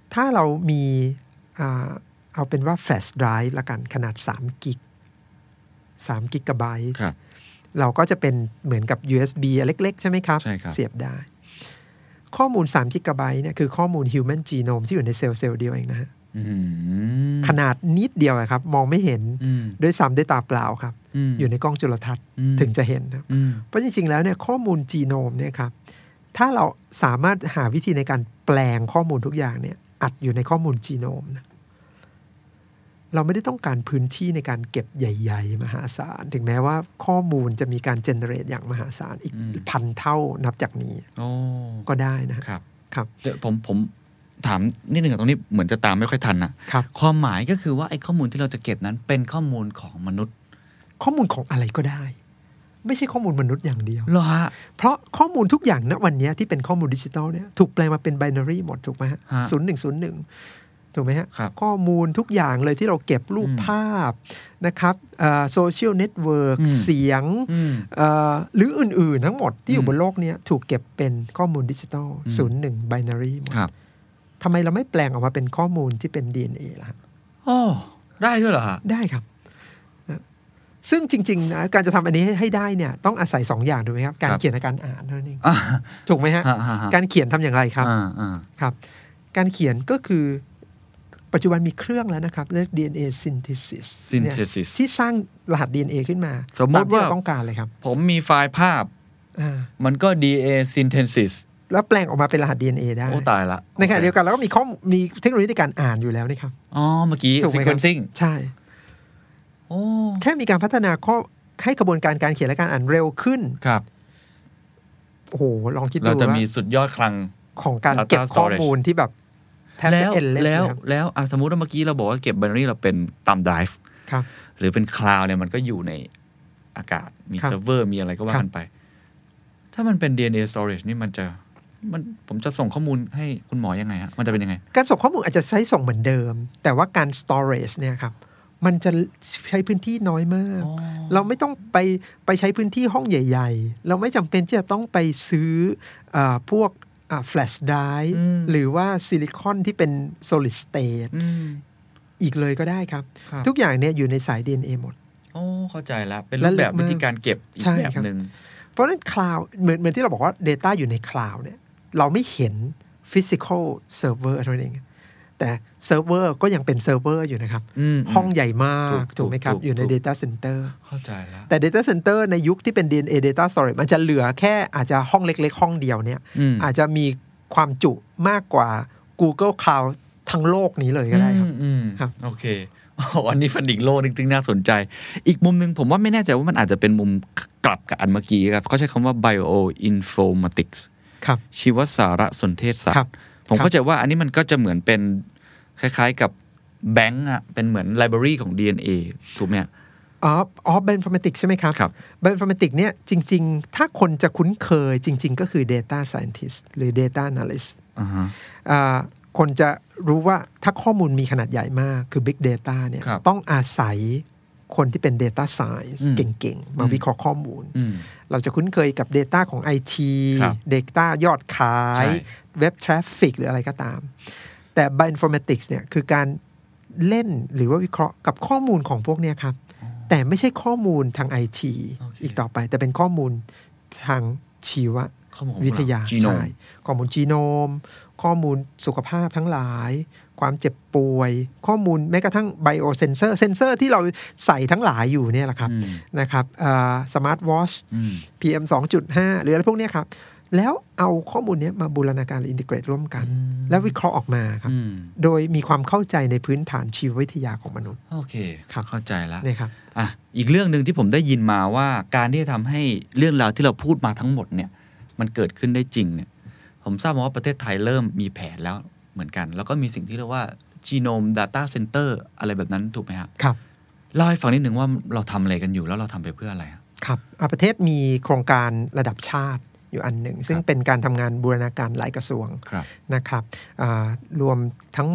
ถ้าเรามีอ่าเอาเป็นว่า flash drive ละกันขนาดสามกิกสามกิกะไบต์เราก็จะเป็นเหมือนกับ ยู เอส บี เล็กๆใช่ไหมครับเสียบได้ข้อมูลสามกิกะไบต์เนี่ยคือข้อมูล human genome ที่อยู่ในเซลล์เซลล์เดียวเองนะฮะขนาดนิดเดียวครับมองไม่เห็นด้วยซ้ำด้วยตาเปล่าครับ อ, อยู่ในกล้องจุลทรรศน์ถึงจะเห็นนะเพราะจริงๆแล้วเนี่ยข้อมูลจีโนมเนี่ยครับถ้าเราสามารถหาวิธีในการแปลงข้อมูลทุกอย่างเนี่ยอัดอยู่ในข้อมูลจีโนมนะเราไม่ได้ต้องการพื้นที่ในการเก็บใหญ่ๆมหาศาลถึงแม้ว่าข้อมูลจะมีการเจเนเรตอย่างมหาศาลอีกพันเท่านับจากนี้ก็ได้นะครับครับเดี๋ยวผมผมถามนิดนึงตรงนี้เหมือนจะตามไม่ค่อยทันนะความหมายก็คือว่าไอ้ข้อมูลที่เราจะเก็บนั้นเป็นข้อมูลของมนุษย์ข้อมูลของอะไรก็ได้ไม่ใช่ข้อมูลมนุษย์อย่างเดียวเหรอฮะเพราะข้อมูลทุกอย่างณวันนี้ที่เป็นข้อมูลดิจิทัลเนี่ยถูกแปลมาเป็นไบนารีหมดถูกไหมฮะศูนย์หนึ่งศูนย์หนึ่งถูกไหมฮะข้อมูลทุกอย่างเลยที่เราเก็บรูปภาพนะครับโซเชียลเน็ตเวิร์กเสียงหรืออื่นๆทั้งหมดที่อยู่บนโลกนี้ถูกเก็บเป็นข้อมูลดิจิทัลศูนย์หนึ่งไบนารีหมดทำไมเราไม่แปลงออกมาเป็นข้อมูลที่เป็น ดี เอ็น เอ ล่ะอ๋อได้ด้วยเหรอฮะได้ครับซึ่งจริงๆนะการจะทำอันนี้ให้ได้เนี่ยต้องอาศัยสองอย่างถูกไหมครับการเขียนและการอ่านเท่านั้นเองถูกไหมฮะการเขียนทำอย่างไรครับครับการเขียนก็คือปัจจุบันมีเครื่องแล้วนะครับเรียก ดี เอ็น เอ synthesis ที่สร้างรหัส ดี เอ็น เอ ขึ้นมาสมมติว่าต้องการเลยครับผมมีไฟล์ภาพมันก็ ดี เอ็น เอ synthesis แล้วแปลงออกมาเป็นรหัส ดี เอ็น เอ ได้โอ้ตายละในขณะเดียวกันเราก็มีข้อมีเทคโนโลยีในการอ่านอยู่แล้วนี่ครับอ๋อเมื่อกี้ sequencing ใช่โอ้แค่มีการพัฒนาข้อให้กระบวนการการเขียนและการอ่านเร็วขึ้นครับโอ้โหลองคิดดูเราจะมีสุดยอดคลังของการเก็บข้อมูลที่แบบแทบจะเอ็นเลสแล้วแล้วสมมุติว่าเมื่อกี้เราบอกว่าเก็บไบนารีเราเป็นตามไดรฟ์หรือเป็นคลาวด์เนี่ยมันก็อยู่ในอากาศมีเซิร์ฟเวอร์มีอะไรก็ว่ากันไปถ้ามันเป็น ดี เอ็น เอ storage นี่มันจะมันผมจะส่งข้อมูลให้คุณหมอยังไงฮะมันจะเป็นยังไงการส่งข้อมูลอาจจะใช้ส่งเหมือนเดิมแต่ว่าการ storage เนี่ยครับมันจะใช้พื้นที่น้อยมากเราไม่ต้องไปไปใช้พื้นที่ห้องใหญ่ๆเราไม่จำเป็นที่จะต้องไปซื้ออ่าพวกอ่า flash drive หรือว่าซิลิคอนที่เป็น solid state อีกเลยก็ได้ครับทุกอย่างเนี่ยอยู่ในสาย ดี เอ็น เอ หมดโอ้เข้าใจแล้วเป็นรูปแบบวิธีการเก็บอีกแบบนึงเพราะฉะนั้น cloud เหมือนเหมือนที่เราบอกว่า data อยู่ใน cloud เนี่ยเราไม่เห็น physical server เท่านั้นเองแต่เซิร์ฟเวอร์ก็ยังเป็นเซิร์ฟเวอร์อยู่นะครับห้องใหญ่มากถูกไหมครับอยู่ใน Data Center เข้าใจแล้วแต่ Data Center ในยุคที่เป็น ดี เอ็น เอ Data Storage มันจะเหลือแค่อาจจะห้องเล็กๆห้องเดียวเนี่ยอาจจะมีความจุมากกว่า Google Cloud ทั้งโลกนี้เลยก็ได้ครับครับโอเคอันนี้ฟันดิ่งโลกจริงๆน่าสนใจอีกมุมนึงผมว่าไม่แน่ใจว่ามันอาจจะเป็นมุมกลับกับอันเมื่อกี้ครับเขาใช้คำว่า bioinformatics ชีวสารสนเทศศาสตร์ผมเข้าใจว่าอันนี้มันก็จะเหมือนเป็นคล้ายๆกับแบงก์อ่ะเป็นเหมือนไลบรารีของ ดี เอ็น เอ ถูกไหมอ๋ออ๋อ bioinformatics ใช่ไหมครับครับ bioinformatics เนี่ยจริงๆถ้าคนจะคุ้นเคยจริงๆก็คือ data scientist หรือ data analyst อ่าฮะอ่าคนจะรู้ว่าถ้าข้อมูลมีขนาดใหญ่มากคือ big data เนี่ยต้องอาศัยคนที่เป็น data science เก่งๆมาวิเคราะห์ข้อมูลเราจะคุ้นเคยกับ data ของ ไอ ที data ยอดขายเว็บ traffic หรืออะไรก็ตามแต่ bioinformatics เนี่ยคือการเล่นหรือว่าวิเคราะห์กับข้อมูลของพวกนี้ครับแต่ไม่ใช่ข้อมูลทาง ไอ ที okay. อีกต่อไปแต่เป็นข้อมูลทางชีววิทยาใช่ข้อมูลจีโนมข้อมูลสุขภาพทั้งหลายความเจ็บป่วยข้อมูลแม้กระทั่งไบโอเซนเซอร์เซนเซอร์ที่เราใส่ทั้งหลายอยู่เนี่ยแหละครับนะครับสมาร์ทวอช พี เอ็ม สองจุดห้า หรืออะไรพวกนี้ครับแล้วเอาข้อมูลนี้มาบูรณาการหรืออินทิเกรตร่วมกันแล้ววิเคราะห์ออกมาครับโดยมีความเข้าใจในพื้นฐานชีววิทยาของมนุษย์โอเคครับเข้าใจแล้วนี่ครับอ่ะอีกเรื่องนึงที่ผมได้ยินมาว่าการที่จะทำให้เรื่องราวที่เราพูดมาทั้งหมดเนี่ยมันเกิดขึ้นได้จริงเนี่ยผมทราบมาว่าประเทศไทยเริ่มมีแผนแล้วเหมือนกันแล้วก็มีสิ่งที่เรียกว่า Genome Data Center อะไรแบบนั้นถูกไหมครับครับเล่าให้ฟังนิดนึงว่าเราทำอะไรกันอยู่แล้วเราทำไปเพื่ออะไรครับประเทศมีโครงการระดับชาติอยู่อันหนึ่งซึ่งเป็นการทำงานบูรณาการหลายกระทรวงนะครับรวมทั้งหมด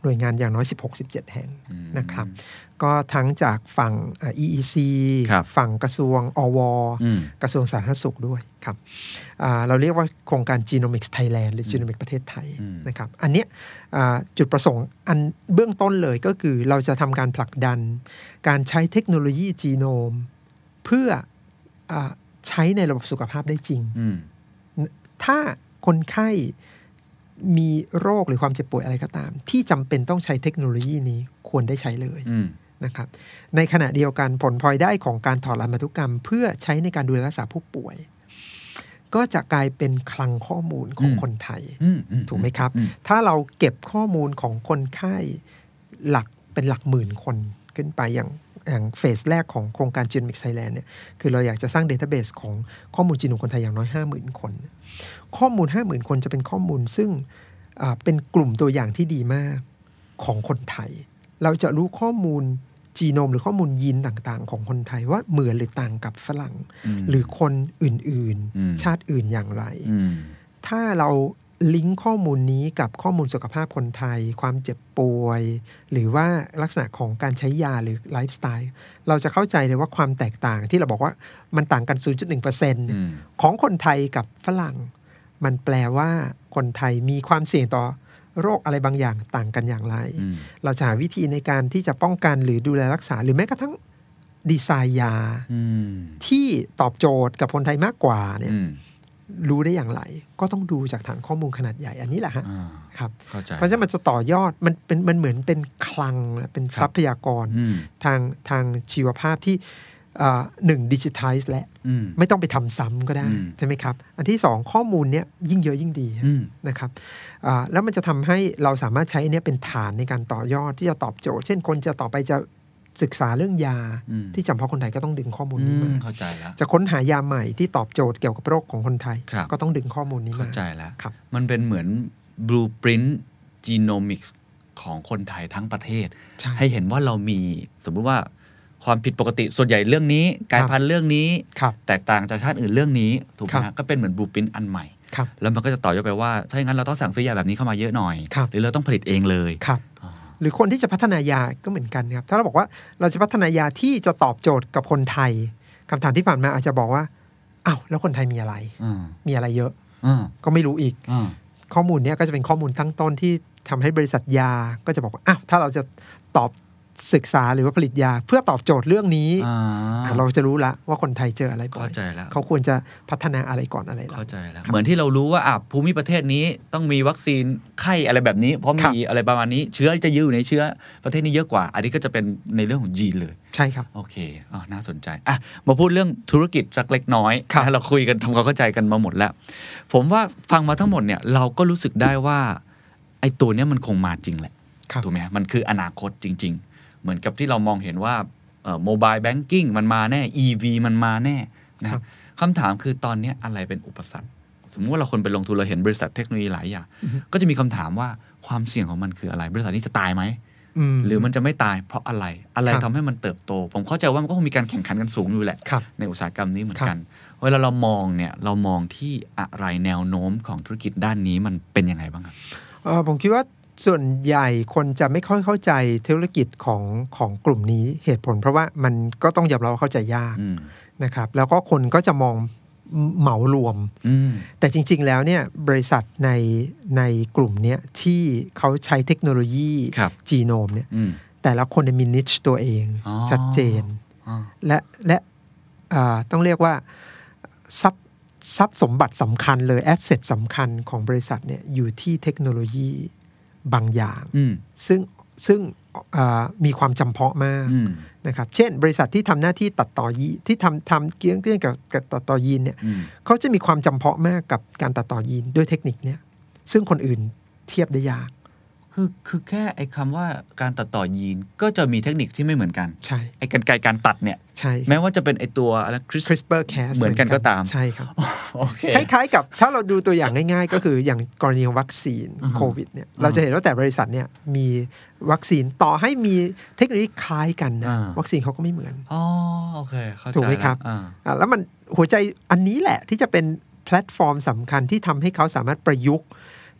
หน่วยงานอย่างน้อยสิบหก สิบเจ็ดแห่งนะครับก็ทั้งจากฝั่ง อี อี ซี ฝั่งกระทรวงอวกระทรวงสาธารณสุขด้วยครับเราเรียกว่าโครงการ Genomics Thailand หรือ Genomics ประเทศไทยนะครับอันเนี้ยจุดประสงค์อันเบื้องต้นเลยก็คือเราจะทำการผลักดันการใช้เทคโนโลยีจีโนมเพื่อใช้ในระบบสุขภาพได้จริงถ้าคนไข้มีโรคหรือความเจ็บป่วยอะไรก็ตามที่จำเป็นต้องใช้เทคโนโลยีนี้ควรได้ใช้เลยนะครับในขณะเดียวกันผลพลอยได้ของการถอดรหัสพันธุกรรมเพื่อใช้ในการดูแลรักษาผู้ป่วยก็จะกลายเป็นคลังข้อมูลของคนไทยถูกไหมครับถ้าเราเก็บข้อมูลของคนไข้หลักเป็นหลักหมื่นคนขึ้นไปอย่างอย่างเฟสแรกของโครงการ Genomics Thailand เนี่ยคือเราอยากจะสร้างเดต้าเบสของข้อมูลจีโนมคนไทยอย่างน้อย ห้าหมื่น คนข้อมูล ห้าหมื่น คนจะเป็นข้อมูลซึ่งเป็นกลุ่มตัวอย่างที่ดีมากของคนไทยเราจะรู้ข้อมูลจีโนมหรือข้อมูลยีนต่างๆของคนไทยว่าเหมือนหรือต่างกับฝรั่งหรือคนอื่นๆชาติอื่นอย่างไรถ้าเราลิงก์ข้อมูลนี้กับข้อมูลสุขภาพคนไทยความเจ็บป่วยหรือว่าลักษณะของการใช้ยาหรือไลฟ์สไตล์เราจะเข้าใจเลยว่าความแตกต่างที่เราบอกว่ามันต่างกัน ศูนย์จุดหนึ่งเปอร์เซ็นต์ ของคนไทยกับฝรั่งมันแปลว่าคนไทยมีความเสี่ยงต่อโรคอะไรบางอย่างต่างกันอย่างไรเราจะหาวิธีในการที่จะป้องกันหรือดูแลรักษาหรือแม้กระทั่งดีไซน์ยาที่ตอบโจทย์กับคนไทยมากกว่าเนี่ยรู้ได้อย่างไรก็ต้องดูจากฐานข้อมูลขนาดใหญ่อันนี้แหละฮะครับเพราะฉะนั้นมันจะต่อยอดมันเป็นมันเหมือนเป็นคลังเป็นทรัพยากรทางทางชีวภาพที่หนึ่งดิจิทัลและไม่ต้องไปทำซ้ำก็ได้ใช่ไหมครับอันที่สองข้อมูลเนี้ยยิ่งเยอะยิ่งดีนะครับแล้วมันจะทำให้เราสามารถใช้เนี้ยเป็นฐานในการต่อยอดที่จะตอบโจทย์เช่นคนจะต่อไปจะศึกษาเรื่องยาที่จำเพาะคนไทยก็ต้องดึงข้อมูลนี้มาเข้าใจแล้วจะค้นหายาใหม่ที่ตอบโจทย์เกี่ยวกับโรคของคนไทยก็ต้องดึงข้อมูลนี้มาเข้าใจแล้วมันเป็นเหมือน blueprint genomics ของคนไทยทั้งประเทศ ใ, ให้เห็นว่าเรามีสมมุติว่าความผิดปกติส่วนใหญ่เรื่องนี้กลายพันธุ์เรื่องนี้แตกต่างจากชาติอื่นเรื่องนี้ถูกไหมก็เป็นเหมือน blueprint อันใหม่แล้วมันก็จะต่อยอดไปว่าถ้าอย่างนั้นเราต้องสั่งซื้อยาแบบนี้เข้ามาเยอะหน่อยหรือเราต้องผลิตเองเลยหรือคนที่จะพัฒนายาก็เหมือนกันครับถ้าเราบอกว่าเราจะพัฒนายาที่จะตอบโจทย์กับคนไทยคำถามที่ผ่านมาอาจจะบอกว่าอ้าวแล้วคนไทยมีอะไรมีอะไรเยอะก็ไม่รู้อีกข้อมูลเนี้ยก็จะเป็นข้อมูลตั้งต้นที่ทำให้บริษัทยาก็จะบอกว่าอ้าวถ้าเราจะตอบศึกษาหรือว่าผลิตยาเพื่อตอบโจทย์เรื่องนี้เราจะรู้ละว่าคนไทยเจออะไรบ่อยเข้าใจแล้วเขาควรจะพัฒนาอะไรก่อนอะไรเข้าใจแล้วเหมือนที่เรารู้ว่าอ่ะภูมิประเทศนี้ต้องมีวัคซีนไข้อะไรแบบนี้เพราะมีอะไรประมาณนี้เชื้อจะอยู่ในเชื้อประเทศนี้เยอะกว่าอันนี้ก็จะเป็นในเรื่องของยีนเลยใช่ครับโอเคอ๋อน่าสนใจอ่ะมาพูดเรื่องธุรกิจสักเล็กน้อยเราคุยกันทำความเข้าใจกันมาหมดแล้วผมว่าฟังมาทั้งหมดเนี่ยเราก็รู้สึกได้ว่าไอ้ตัวเนี้ยมันคงมาจริงแหละถูกไหมมันคืออนาคตจริงๆเหมือนกับที่เรามองเห็นว่าโมบายแบงกิ้งมันมาแน่ อี วี มันมาแน่นะครับคำถามคือตอนนี้อะไรเป็นอุปสรรคสมมติว่าเราคนไปลงทุนเราเห็นบริษัทเทคโนโลยีหลายอย่างก็จะมีคำถามว่าความเสี่ยงของมันคืออะไรบริษัทนี้จะตายไหมหรือมันจะไม่ตายเพราะอะไรอะไรทำให้มันเติบโตผมเข้าใจว่ามันก็คงมีการแข่งขันกันสูงอยู่แหละในอุตสาหกรรมนี้เหมือนกันเวลาเรามองเนี่ยเรามองที่อะไรแนวโน้มของธุรกิจด้านนี้มันเป็นยังไงบ้างครับผมคิดว่าส่วนใหญ่คนจะไม่ค่อยเข้าใจธุรกิจของของกลุ่มนี้เหตุผลเพราะว่ามันก็ต้องยอมรับว่าเข้าใจยากนะครับแล้วก็คนก็จะมองเหมารวมแต่จริงๆแล้วเนี่ยบริษัทในในกลุ่มนี้ที่เขาใช้เทคโนโลยีจีโนมเนี่ยแต่ละคนมีนิชตัวเองชัดเจนและและต้องเรียกว่าทรัพย์ทรัพย์สมบัติสำคัญเลยแอสเซทสำคัญของบริษัทเนี่ยอยู่ที่เทคโนโลยีบางอย่างซึ่งซึ่งมีความจำเพาะมากนะครับเช่นบริษัทที่ทำหน้าที่ตัดต่อยีนที่ทำทำเกี่ยวเรื่องกับตัดต่อยีนเนี่ยเขาจะมีความจำเพาะมากกับการตัดต่อยีนด้วยเทคนิคเนี่ยซึ่งคนอื่นเทียบได้ยากคือคือแค่ไอ้คำว่าการตัดต่อยีนก็จะมีเทคนิคที่ไม่เหมือนกันใช่ไอ้กรรไกรการตัดเนี่ยใช่แม้ว่าจะเป็นไอ้ตัวอะไร CRISPR Cas เหมือนกันก็ตามใช่ครับโอเคคล้ายๆกับถ้าเราดูตัวอย่างง่ายๆก็คืออย่างกรณีของวัคซีนโควิดเนี่ยเราจะเห็นว่าแต่บริษัทเนี่ยมีวัคซีนต่อให้มีเทคโนโลยีคล้ายกันนะวัคซีนเขาก็ไม่เหมือนอ๋อโอเคเข้าใจถูกไหมครับอ่าแล้วมันหัวใจอันนี้แหละที่จะเป็นแพลตฟอร์มสำคัญที่ทำให้เขาสามารถประยุกต์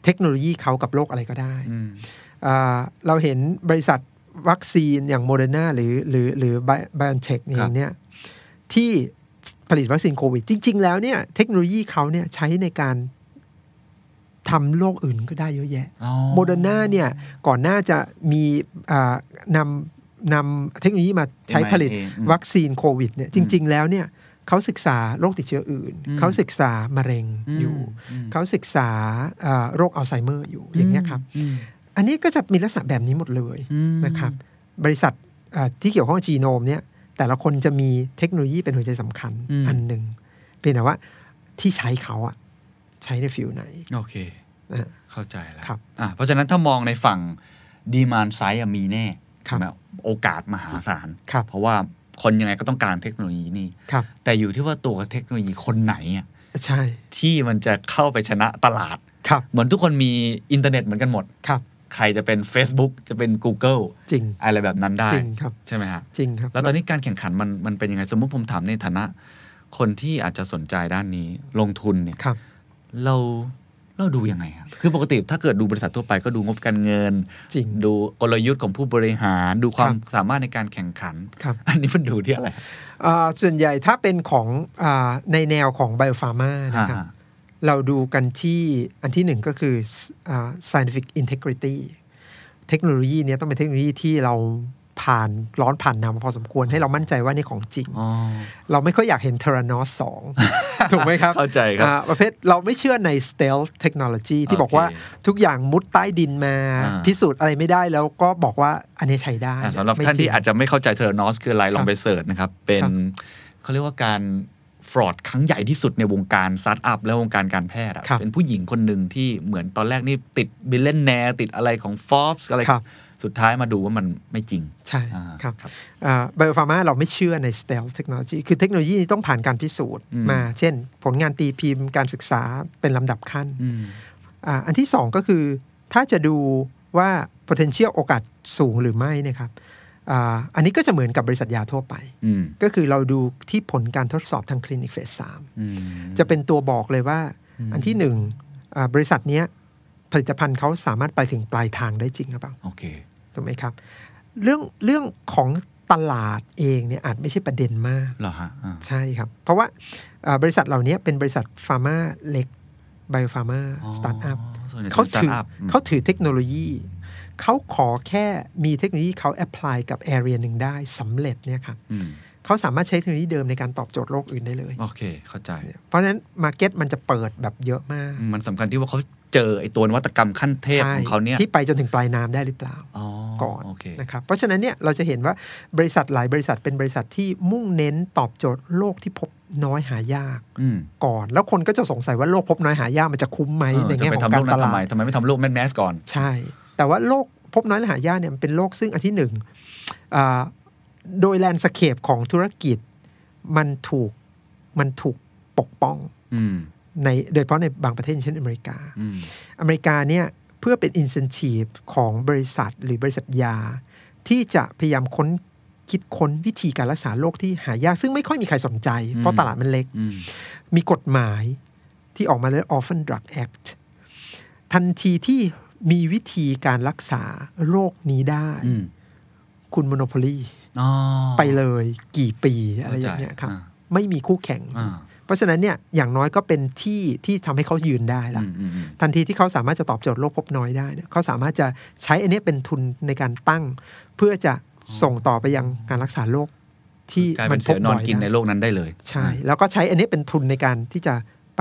เทคโนโลยีเขากับโรคอะไรก็ได้เราเห็นบริษัทวัคซีนอย่างโมเดอร์นาหรือหรือหรือไบออนเทคเองเนี่ยที่ผลิตวัคซีนโควิดจริงๆแล้วเนี่ยเทคโนโลยีเขาเนี่ยใช้ในการทำโรคอื่นก็ได้เยอะแยะโมเดอร์นาเนี่ยก่อนหน้าจะมีนำนำเทคโนโลยีมาใช้ผลิตวัคซีนโควิดเนี่ยจริงๆแล้วเนี่ยเขาศึกษาโรคติดเชื้ออื่นเขาศึกษามะเร็งอยู่เขาศึกษาโรคอัลไซเมอร์อยู่อย่างเงี้ยครับอันนี้ก็จะมีลักษณะแบบนี้หมดเลยนะครับบริษัทที่เกี่ยวข้องกับจีโนมเนี่ยแต่ละคนจะมีเทคโนโลยีเป็นหัวใจสำคัญอันหนึ่งเป็นแต่ว่าที่ใช้เขาอะใช้ในฟิลไหนโอเคเข้าใจแล้วอ่ะเพราะฉะนั้นถ้ามองในฝั่งดีมานด์ไซด์มีแน่โอกาสมหาศาลเพราะว่าคนยังไงก็ต้องการเทคโนโลยีนี่แต่อยู่ที่ว่าตัวเทคโนโลยีคนไหนอ่ะใช่ที่มันจะเข้าไปชนะตลาดเหมือนทุกคนมีอินเทอร์เน็ตเหมือนกันหมดใครจะเป็น Facebook จะเป็น Google จริงอะไรแบบนั้นได้จริงครับใช่ไหมฮะจริงครับแล้วตอนนี้การแข่งขันมันมันเป็นยังไงสมมติผมถามในฐานะคนที่อาจจะสนใจด้านนี้ลงทุนเนี่ยเราเราดูยังไงครับคือปกติถ้าเกิดดูบริษัททั่วไปก็ดูงบการเงินดูกลยุทธ์ของผู้บริหารดูความสามารถในการแข่งขันอันนี้มันดูที่อะไรส่วนใหญ่ถ้าเป็นของในแนวของไบโอฟาร์มานะครับเราดูกันที่อันที่หนึ่งก็คือ scientific integrity เทคโนโลยีนี้ต้องเป็นเทคโนโลยีที่เราผ่านร้อนผ่านหนาวมาพอสมควรให้เรามั่นใจว่านี่ของจริงเราไม่ค่อยอยากเห็น Theranos สอง ถูกไหมครับเข้าใจครับประเภทเราไม่เชื่อใน stealth technology ที่บอกว่าทุกอย่างมุดใต้ดินมาพิสูจน์อะไรไม่ได้แล้วก็บอกว่าอันนี้ใช้ได้สำหรับท่านที่อาจจะไม่เข้าใจ Theranos คืออะไรลองไปเสิร์ชนะครับเป็นเขาเรียกว่าการฟรอดครั้งใหญ่ที่สุดในวงการสตาร์ทอัพและวงการการแพทย์เป็นผู้หญิงคนหนึ่งที่เหมือนตอนแรกนี่ติดบิลเลนแนร์ติดอะไรของ Forbes อะไรสุดท้ายมาดูว่ามันไม่จริงใช่ครับไบโอฟาร์มาเราไม่เชื่อใน stealth technology คือเทคโนโลยีต้องผ่านการพิสูจน์มาเช่นผลงานตีพิมพ์การศึกษาเป็นลำดับขั้นอันที่สองก็คือถ้าจะดูว่า potential โอกาสสูงหรือไม่นะครับอันนี้ก็จะเหมือนกับบริษัทยาทั่วไปก็คือเราดูที่ผลการทดสอบทางคลินิกเฟสสามจะเป็นตัวบอกเลยว่าอันที่หนึ่งบริษัทนี้ผลิตภัณฑ์เขาสามารถไปถึงปลายทางได้จริงหรือเปล่าโอเคถูกไหมครับเรื่องเรื่องของตลาดเองเนี่ยอาจไม่ใช่ประเด็นมากหรอฮะใช่ครับเพราะว่าบริษัทเหล่านี้เป็นบริษัทฟาร์มาเล็กไบโอฟาร์มาสตาร์ทอัพเขาถือเขาถือเทคโนโลยีเขาขอแค่มีเทคโนโลยีเขาแอพพลายกับแอเรียหนึ่งได้สำเร็จเนี่ยครับเขาสามารถใช้เทคโนโลยีเดิมในการตอบโจทย์โลกอื่นได้เลยโอเคเข้าใจเพราะฉะนั้นมาร์เก็ตมันจะเปิดแบบเยอะมากมันสำคัญที่ว่าเขาเจอไอ้ตัวนวัตกรรมขั้นเทพของเขาเนี่ยที่ไปจนถึงปลายน้ำได้หรือเปล่าก่อนนะครับเพราะฉะนั้นเนี่ยเราจะเห็นว่าบริษัทหลายบริษัทเป็นบริษัทที่มุ่งเน้นตอบโจทย์โลกที่พบน้อยหายากก่อนแล้วคนก็จะสงสัยว่าโลกพบน้อยหายากมันจะคุ้มไหมในแง่ของการตลาดทำไมไม่ทำโลกแมสแมสก่อนใช่แต่ว่าโลกพบน้อยและหายากเนี่ยมันเป็นโลกซึ่งอันที่หนึ่งโดยแลนด์สเคปของธุรกิจมันถูกมันถูกปกป้องในโดยเฉพาะในบางประเทศเช่นอเมริกาอเมริกาเนี่ยเพื่อเป็น incentive ของบริษัทหรือบริษัทยาที่จะพยายามค้นคิดค้นวิธีการรักษาโรคที่หายากซึ่งไม่ค่อยมีใครสนใจเพราะตลาดมันเล็กมีกฎหมายที่ออกมาเลย Orphan Drug Act ทันทีที่มีวิธีการรักษาโรคนี้ได้คุณโมโนโพลีไปเลยกี่ปีอะไรอย่างเงี้ยครับไม่มีคู่แข่งเพราะฉะนั้นเนี่ยอย่างน้อยก็เป็นที่ที่ทำให้เขายืนได้ละทันทีที่เขาสามารถจะตอบโจทย์โรคพบน้อยได้เนี่ยเขาสามารถจะใช้อันนี้เป็นทุนในการตั้งเพื่อจะส่งต่อไปยังการรักษาโรคที่มันพบน้อยกินในโลกนั้นได้เลยใช่แล้วก็ใช้อันนี้เป็นทุนในการที่จะไป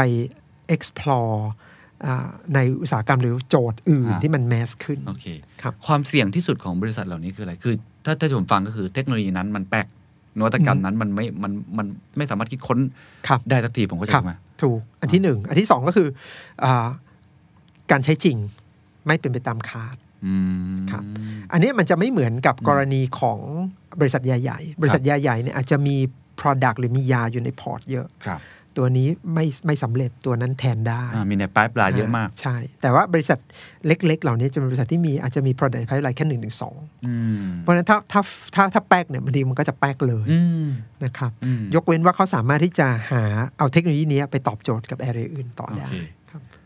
explore ในอุตสาหกรรมหรือโจทย์อื่นที่มันแมสขึ้นโอเคครับความเสี่ยงที่สุดของบริษัทเหล่านี้คืออะไรคือถ้าถ้าผมฟังก็คือเทคโนโลยีนั้นมันแปลกนวัตกรรมนั้นมันไม่มันมันไม่สามารถคิดค้นได้สักทีผมก็จะมาถูกอันที่หนึ่งอันที่สองก็คือการใช้จริงไม่เป็นไปตามคาดครับอันนี้มันจะไม่เหมือนกับกรณีของบริษัทใหญ่ๆบริษัทใหญ่ๆเนี่ยอาจจะมี product หรือมียาอยู่ในพอร์ตเยอะตัวนี้ไม่ไม่สำเร็จตัวนั้นแทนได้มีในไพป์ไลน์เยอะมากใช่แต่ว่าบริษัทเล็กๆเหล่านี้จะเป็นบริษัทที่มีอาจจะมี product ในไพป์ไลน์แค่หนึ่งถึงสองเพราะฉะนั้นถ้าถ้าถ้าถ้าแป๊กเนี่ยบางทีมันก็จะแป๊กเลยนะครับยกเว้นว่าเขาสามารถที่จะหาเอาเทคโนโลยีนี้ไปตอบโจทย์กับแอเรียอื่นต่อได้ท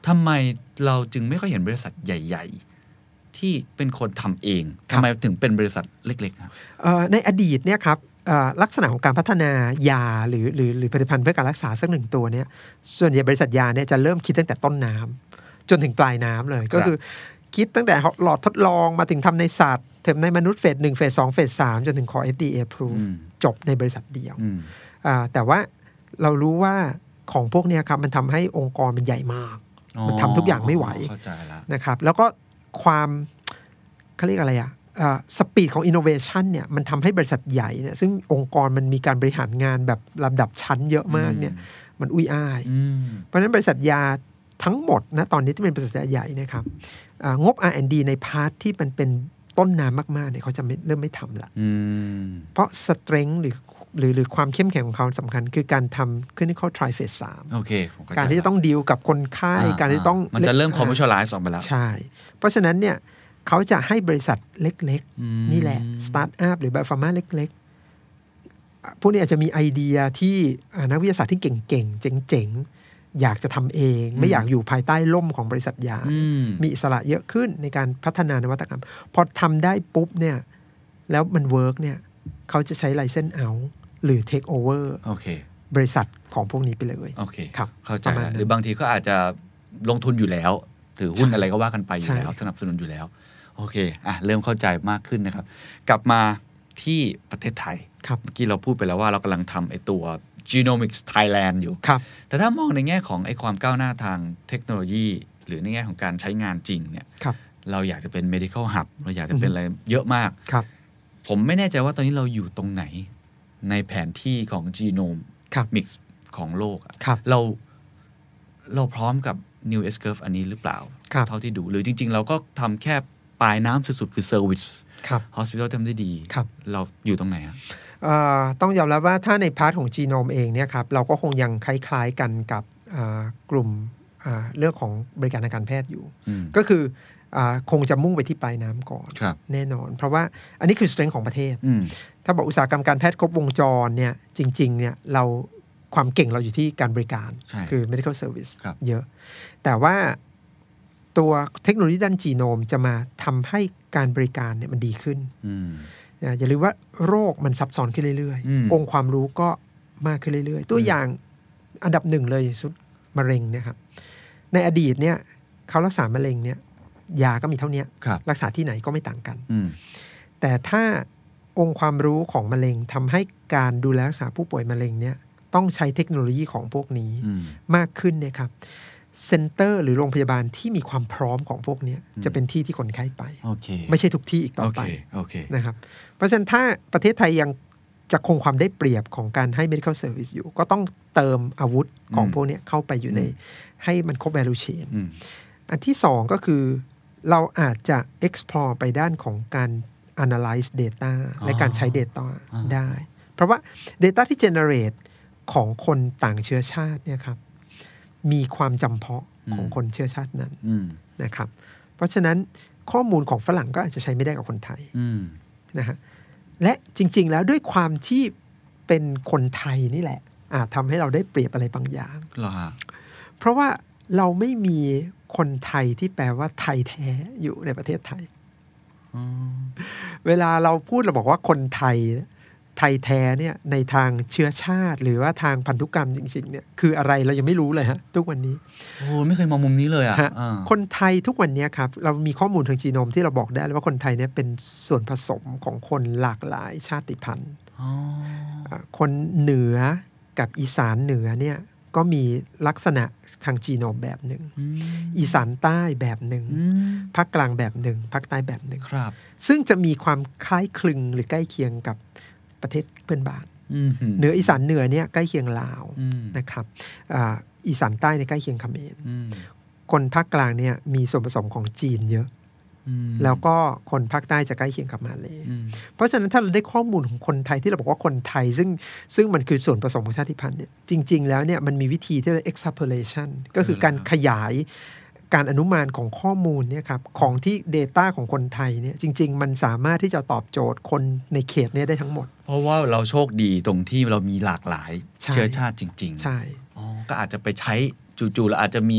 ทำไมเราจึงไม่ค่อยเห็นบริษัทใหญ่ๆที่เป็นคนทำเองทำไมถึงเป็นบริษัทเล็กๆครับในอดีตเนี่ยครับลักษณะของการพัฒนายาหรือหรือหรือผลิตภัณฑ์เพื่อการรักษาสักหนึ่งตัวเนี่ยส่วนใหญ่บริษัทยาเนี่ยจะเริ่มคิดตั้งแต่ต้นน้ำจนถึงปลายน้ำเลยก็คือคิดตั้งแต่หลอดทดลองมาถึงทำในสัตว์ถึงในมนุษย์เฟสหนึ่งเฟสสองเฟสสามจนถึงขอ เอฟ ดี เอ approve จบในบริษัทเดียวแต่ว่าเรารู้ว่าของพวกนี้ครับมันทำให้องค์กรมันใหญ่มากมันทำทุกอย่างไม่ไหวนะครับแล้วก็ความเขาเรียกอะไรอะสปีดของ innovation เนี่ยมันทำให้บริษัทใหญ่เนี่ยซึ่งองค์กรมันมีการบริหารงานแบบลำดับชั้นเยอะมากเนี่ยมันอุ้ยอ้ายเพราะฉะนั้นบริษัทยาทั้งหมดนะตอนนี้ที่เป็นบริษัทใหญ่นะครับงบ อาร์ แอนด์ ดี ในพาร์ทที่มันเป็นต้นน้ำมากๆเนี่ยเขาจะไม่เริ่มไม่ทำละเพราะ strength หรือหรือหรือความเข้มแข็งของเขาสำคัญคือการทำ clinical trial phase สามโอเคการที่จะต้องดีลกับคนไข้การที่ต้องมันจะเริ่ม commercialize ออกไปแล้วใช่เพราะฉะนั้นเนี่ยเขาจะให้บริษัทเล็กๆนี่แหละสตาร์ทอัพหรือไบโอฟาร์มาเล็กๆพวกนี้อาจจะมีไอเดียที่นักวิทยาศาสตร์ที่เก่งๆเจ๋งๆอยากจะทำเองไม่อยากอยู่ภายใต้ร่มของบริษัทยามีอิสระเยอะขึ้นในการพัฒนานวัตกรรมพอทำได้ปุ๊บเนี่ยแล้วมันเวิร์กเนี่ยเขาจะใช้ไลเซนส์เอาหรือเทคโอเวอร์บริษัทของพวกนี้ไปเลยโอเคครับเข้าใจหรือบางทีก็อาจจะลงทุนอยู่แล้วถือหุ้นอะไรก็ว่ากันไปอยู่แล้วสนับสนุนอยู่แล้วโอเคอ่ะเริ่มเข้าใจมากขึ้นนะครับกลับมาที่ประเทศไทยเมื่อกี้เราพูดไปแล้วว่าเรากำลังทำไอ้ตัว Genomics Thailand อยู่แต่ถ้ามองในแง่ของไอ้ความก้าวหน้าทางเทคโนโลยีหรือในแง่ของการใช้งานจริงเนี่ย รเราอยากจะเป็น medical hub เราอยากจะเป็นอะไรเยอะมากผมไม่แน่ใจว่าตอนนี้เราอยู่ตรงไหนในแผนที่ของ Genomics ของโลกเราเราพร้อมกับ New S Curve อันนี้หรือเปล่าเท่าที่ดูหรือจริงๆเราก็ทำแค่ปลายน้ำสุดๆคือ Service Hospital ทำได้ดีเราอยู่ตรงไหนครับต้องยอมรับว่าถ้าในพาร์ทของจีโนมเองเนี่ยครับเราก็คงยังคล้ายๆกันกับกลุ่มเรื่องของบริการทางการแพทย์อยู่ก็คือคงจะมุ่งไปที่ปลายน้ำก่อนแน่นอนเพราะว่าอันนี้คือ strength ของประเทศถ้าบอกอุตสาหกรรมการแพทย์ครบวงจรเนี่ยจริงๆเนี่ยเราความเก่งเราอยู่ที่การบริการคือ medical service เยอะแต่ว่าตัวเทคโนโลยีด้านจีโนมจะมาทำให้การบริการเนี่ยมันดีขึ้นอย่าลืมว่าโรคมันซับซ้อนขึ้นเรื่อยๆองค์ความรู้ก็มากขึ้นเรื่อยๆตัวอย่างอันดับหนึ่งเลยสุดมะเร็งเนี่ยครับในอดีตเนี่ยเขารักษามะเร็งเนี่ยยาก็มีเท่านี้รักษาที่ไหนก็ไม่ต่างกันแต่ถ้าองค์ความรู้ของมะเร็งทำให้การดูแลรักษาผู้ป่วยมะเร็งเนี่ยต้องใช้เทคโนโลยีของพวกนี้มากขึ้นเนี่ยครับเซ็นเตอร์หรือโรงพยาบาลที่มีความพร้อมของพวกนี้จะเป็นที่ที่คนไข้ไป okay. ไม่ใช่ทุกที่อีกต่อไป okay. Okay. นะครับเพราะฉะนั้นถ้าประเทศไทยยังจะคงความได้เปรียบของการให้ medical service อยู่ก็ต้องเติมอาวุธของพวกนี้เข้าไปอยู่ในให้มันครบ value chain อันที่สองก็คือเราอาจจะ explore ไปด้านของการ analyze data และการใช้ data ได้เพราะว่า data ที่ generate ของคนต่างเชื้อชาติเนี่ยครับมีความจำเพาะของคนเชื้อชาตินั้นนะครับเพราะฉะนั้นข้อมูลของฝรั่งก็อาจจะใช้ไม่ได้กับคนไทยนะฮะและจริงๆแล้วด้วยความที่เป็นคนไทยนี่แหละอาจทำให้เราได้เปรียบอะไรบางอย่างเพราะว่าเราไม่มีคนไทยที่แปลว่าไทยแท้อยู่ในประเทศไทยเวลาเราพูดเราบอกว่าคนไทยไทยแท้เนี่ยในทางเชื้อชาติหรือว่าทางพันธุกรรมจริงๆเนี่ยคืออะไรเรายังไม่รู้เลยฮะทุกวันนี้โอ้ไม่เคยมองมุมนี้เลยอ่ะคนไทยทุกวันนี้ครับเรามีข้อมูลทางจีโนมที่เราบอกได้เลยว่าคนไทยเนี่ยเป็นส่วนผสมของคนหลากหลายชาติพันธุ์คนเหนือกับอีสานเหนือเนี่ยก็มีลักษณะทางจีโนมแบบหนึ่งอีสานใต้แบบหนึ่งภาคกลางแบบหนึ่งภาคใต้แบบหนึ่งซึ่งจะมีความคล้ายคลึงหรือใกล้เคียงกับประเทศเพื่อนบ้านเหนืออีสานเหนือเนี่ยใกล้เคียงลาวนะครับอีสานใต้เนี่ยใกล้เคียงเขมรคนภาคกลางเนี่ยมีส่วนผสมของจีนเยอะแล้วก็คนภาคใต้จะใกล้เคียงกับมาเลย์เพราะฉะนั้นถ้าเราได้ข้อมูลของคนไทยที่เราบอกว่าคนไทยซึ่งซึ่งมันคือส่วนผสมของชาติพันธุ์เนี่ยจริงๆแล้วเนี่ยมันมีวิธีที่เรียก extrapolation ก็คือการขยายการอนุมานของข้อมูลเนี่ยครับของที่ data ของคนไทยเนี่ยจริงๆมันสามารถที่จะตอบโจทย์คนในเขตนี้ได้ทั้งหมดเพราะว่าเราโชคดีตรงที่เรามีหลากหลายเชื้อชาติจริงๆใช่อ๋อก็อาจจะไปใช้จู่ๆเราอาจจะมี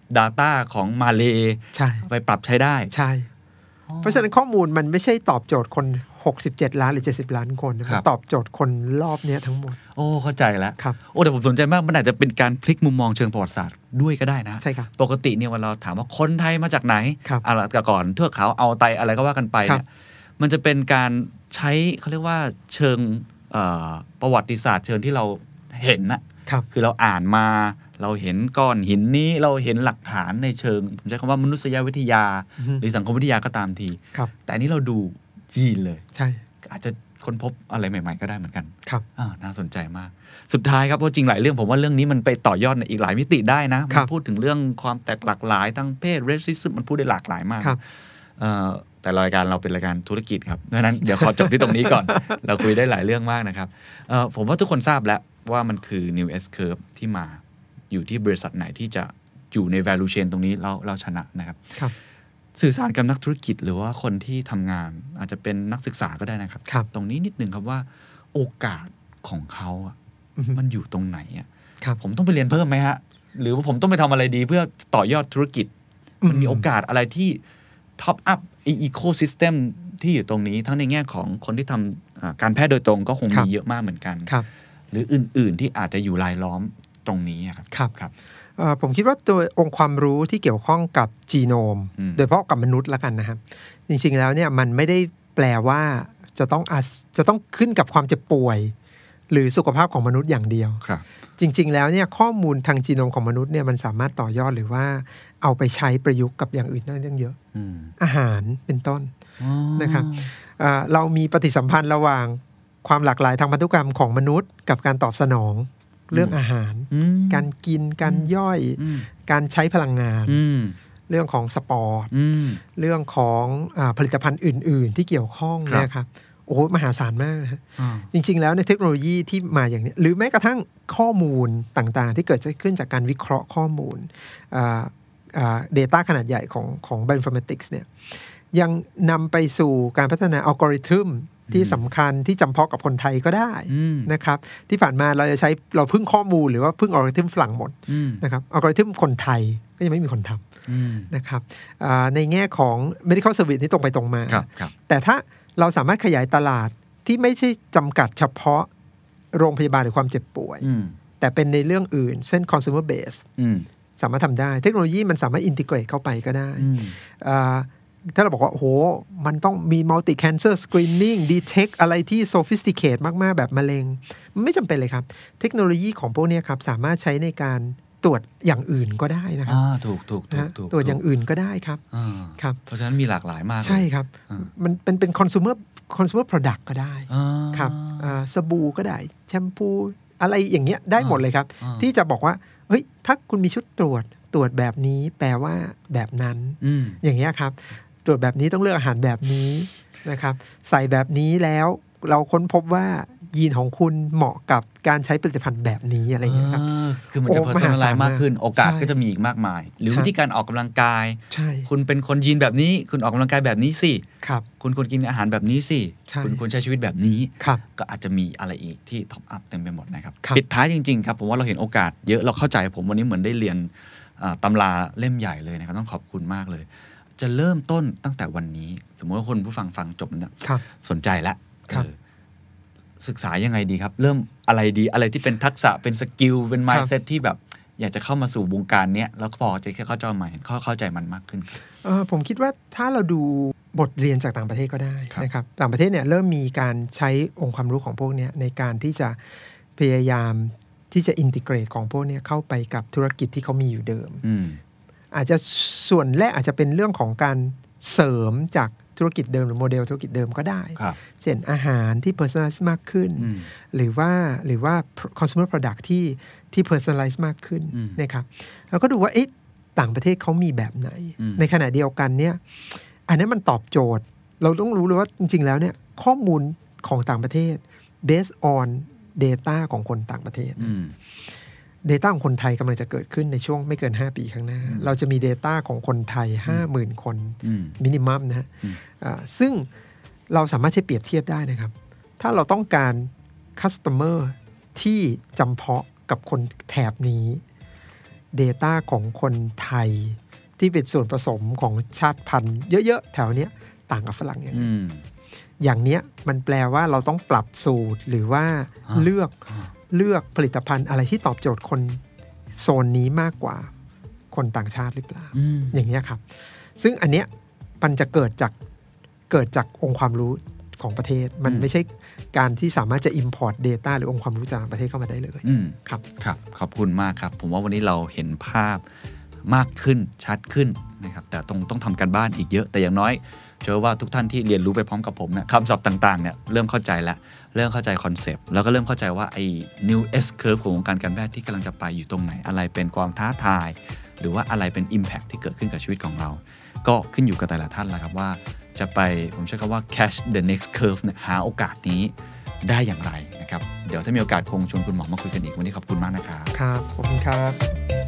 Data ของมาเลย์ใช่ไปปรับใช้ได้ใช่เพราะฉะนั้นข้อมูลมันไม่ใช่ตอบโจทย์คนหกสิบเจ็ดล้านหรือเจ็ดสิบล้านคนมันตอบโจทย์คนรอบนี้ทั้งหมดโอ้เข้าใจแล้วครับโอ้แต่ผมสนใจมากมันอาจจะเป็นการพลิกมุมมองเชิงประวัติศาสตร์ด้วยก็ได้นะใช่ครับปกติเนี่ยเวลาเราถามว่าคนไทยมาจากไหนอะไรก่อนเทือกเขาเอาไตอะไรก็ว่ากันไปเนี่ยมันจะเป็นการใช้เขาเรียกว่าเชิงประวัติศาสตร์เชิงที่เราเห็นนะคือเราอ่านมาเราเห็นก้อนหินนี้เราเห็นหลักฐานในเชิงผมใช้คำว่ามนุษยวิทยาหรือสังคมวิทยาก็ตามทีแต่อันนี้เราดูยีนเลยใช่อาจจะค้นพบอะไรใหม่ๆก็ได้เหมือนกันครับอ่าน่าสนใจมากสุดท้ายครับเพราะจริงหลายเรื่องผมว่าเรื่องนี้มันไปต่อยอดในอีกหลายมิติได้นะมันพูดถึงเรื่องความแตกหลากหลายทางเพศเรสซิซึมมันพูดได้หลากหลายมากแต่รายการเราเป็นรายการธุรกิจครับดังนั้นเดี๋ยวขอจบที่ตรงนี้ก่อน เราคุยได้หลายเรื่องมากนะครับผมว่าทุกคนทราบแล้วว่ามันคือ New S Curve ที่มาอยู่ที่บริษัทไหนที่จะอยู่ใน value chain ตรงนี้เราเราชนะนะครับสื่อสารกับนักธุรกิจหรือว่าคนที่ทำงานอาจจะเป็นนักศึกษาก็ได้นะครับตรงนี้นิดนึงครับว่าโอกาสของเขาอ่ะมันอยู่ตรงไหนอ่ะผมต้องไปเรียนเพิ่มไหมฮะหรือว่าผมต้องไปทำอะไรดีเพื่อต่อยอดธุรกิจมันมีโอกาสอะไรที่ท็อปอัพอีโคซิสเต็มที่อยู่ตรงนี้ทั้งในแง่ของคนที่ทำการแพทย์โดยตรงก็คงมีเยอะมากเหมือนกันหรืออื่นๆที่อาจจะอยู่รายล้อมตรงนี้ครับครับครับผมคิดว่าตัวองค์ความรู้ที่เกี่ยวข้องกับจีโนมโดยเฉพาะกับมนุษย์ละกันนะครับจริงๆแล้วเนี่ยมันไม่ได้แปลว่าจะต้องจะต้องขึ้นกับความเจ็บป่วยหรือสุขภาพของมนุษย์อย่างเดียวจริงๆแล้วเนี่ยข้อมูลทางจีโนมของมนุษย์เนี่ยมันสามารถต่อยอดหรือว่าเอาไปใช้ประยุกต์กับอย่างอื่นได้เรื่องเยอะอาหารเป็นต้นนะครับเรามีปฏิสัมพันธ์ระหว่างความหลากหลายทางพันธุกรรมของมนุษย์กับการตอบสนองเรื่องอาหารการกินการย่อยการใช้พลังงานเรื่องของสปอร์ตเรื่องของผลิตภัณฑ์อื่นๆที่เกี่ยวข้องนะครับโอ้มหาศาลมากนะจริงๆแล้วในเทคโนโลยีที่มาอย่างนี้หรือแม้กระทั่งข้อมูลต่างๆที่เกิดขึ้นจากการวิเคราะห์ข้อมูล data ขนาดใหญ่ของของ Bioinformatics เนี่ยยังนำไปสู่การพัฒนาอัลกอริทึมที่สำคัญที่จำเพาะกับคนไทยก็ได้นะครับที่ผ่านมาเราจะใช้เราพึ่งข้อมูลหรือว่าพึ่งอัลกอริทึมฝรั่งหมดนะครับอัลกอริทึมคนไทยก็ยังไม่มีคนทำนะครับในแง่ของ medical service นี่ตรงไปตรงมาแต่ถ้าเราสามารถขยายตลาดที่ไม่ใช่จำกัดเฉพาะโรงพยาบาลหรือความเจ็บป่วยแต่เป็นในเรื่องอื่นเช่น consumer base สามารถทำได้เทคโนโลยีมันสามารถอินทิเกรตเข้าไปก็ได้ถ้าเราบอกว่าโอ้โหมันต้องมี multi cancer screening detect อะไรที่ sophisticate มากๆแบบมะเร็งมันไม่จำเป็นเลยครับเทคโนโลยีของพวกนี้ครับสามารถใช้ในการตรวจอย่างอื่นก็ได้นะครับถูกถูกถูกตรวจอย่างอื่นก็ได้ครับครับเพราะฉะนั้นมีหลากหลายมากใช่ครับมันเป็นเป็น consumer consumer product ก็ได้ครับสบู่ก็ได้แชมพูอะไรอย่างเงี้ยได้หมดเลยครับที่จะบอกว่าเฮ้ยถ้าคุณมีชุดตรวจตรวจแบบนี้แปลว่าแบบนั้นอย่างเงี้ยครับตรวจแบบนี้ต้องเลือกอาหารแบบนี้นะครับใส่แบบนี้แล้วเราค้นพบว่ายีนของคุณเหมาะกับการใช้ผลิตภัณฑ์แบบนี้อะไรอย่างเงี้ยครับคือมันจะเพิ่มอะไรมากขึ้นโอกาสก็จะมีอีกมากมายหรือวิธีการออกกำลังกายคุณเป็นคนยีนแบบนี้คุณออกกำลังกายแบบนี้สิคุณควรกินอาหารแบบนี้สิคุณควรใช้ชีวิตแบบนี้ก็อาจจะมีอะไรอีกที่ท็อปอัพเต็มไปหมดนะครับปิดท้ายจริงๆครับผมว่าเราเห็นโอกาสเยอะเราเข้าใจผมวันนี้เหมือนได้เรียนตำราเล่มใหญ่เลยนะครับต้องขอบคุณมากเลยจะเริ่มต้นตั้งแต่วันนี้สมมติว่าคนผู้ฟังฟังจบนะสนใจแล้วศึกษายังไงดีครับเริ่มอะไรดีอะไรที่เป็นทักษะเป็นสกิลเป็น mindset ที่แบบอยากจะเข้ามาสู่วงการเนี้ยแล้วพอจะเข้าใจใหม่เข้าเข้าใจมันมากขึ้นผมคิดว่าถ้าเราดูบทเรียนจากต่างประเทศก็ได้นะครับต่างประเทศเนี่ยเริ่มมีการใช้องค์ความรู้ของพวกนี้ในการที่จะพยายามที่จะอินทิเกรตของพวกนี้เข้าไปกับธุรกิจที่เขามีอยู่เดิมอาจจะส่วนแรกอาจจะเป็นเรื่องของการเสริมจากธุรกิจเดิมหรือโมเดลธุรกิจเดิมก็ได้เช่นอาหารที่ personalize มากขึ้นหรือว่าหรือว่า consumer product ที่ที่ personalize มากขึ้นนะครับแล้วก็ดูว่าเอ๊ะต่างประเทศเขามีแบบไหนในขณะเดียวกันเนี่ยอันนั้นมันตอบโจทย์เราต้องรู้เลยว่าจริงๆแล้วเนี่ยข้อมูลของต่างประเทศ based on data ของคนต่างประเทศdata ของคนไทยกำลังจะเกิดขึ้นในช่วงไม่เกินห้าปีข้างหน้าเราจะมี data ของคนไทย ห้าหมื่น คนมินิมัมนะฮะซึ่งเราสามารถใช้เปรียบเทียบได้นะครับถ้าเราต้องการ customer ที่จำเพาะกับคนแถบนี้ Data ของคนไทยที่เป็นส่วนผสมของชาติพันธุ์เยอะๆแถวเนี้ยต่างกับฝรั่งอย่างนี้อย่างเนี้ยมันแปลว่าเราต้องปรับสูตรหรือว่าเลือกเลือกผลิตภัณฑ์อะไรที่ตอบโจทย์คนโซนนี้มากกว่าคนต่างชาติหรือเปล่า อ, อย่างนี้ครับซึ่งอันเนี้ยมันจะเกิดจากเกิดจากองค์ความรู้ของประเทศมันไม่ใช่การที่สามารถจะ import data หรือองค์ความรู้จากประเทศเข้ามาได้เลยครับครับขอบคุณมากครับผมว่าวันนี้เราเห็นภาพมากขึ้นชัดขึ้นนะครับแต่ต้องต้องทำการบ้านอีกเยอะแต่อย่างน้อยเชื่อว่าทุกท่านที่เรียนรู้ไปพร้อมกับผมเนี่ยคำศัพท์ต่างๆเนี่ยเริ่มเข้าใจแล้วเริ่มเข้าใจคอนเซปต์แล้วก็เริ่มเข้าใจว่าไอ้ new S curve ของวงการการแพทย์ที่กำลังจะไปอยู่ตรงไหนอะไรเป็นความท้าทายหรือว่าอะไรเป็น impact ที่เกิดขึ้นกับชีวิตของเราก็ขึ้นอยู่กับแต่ละท่านแหละครับว่าจะไปผมใช้คำว่า catch the next curve เนี่ยหาโอกาสนี้ได้อย่างไรนะครับเดี๋ยวถ้ามีโอกาสคงชวนคุณหมอมาคุยกันอีกวันนี้ขอบคุณมากนะครับครับขอบคุณครับ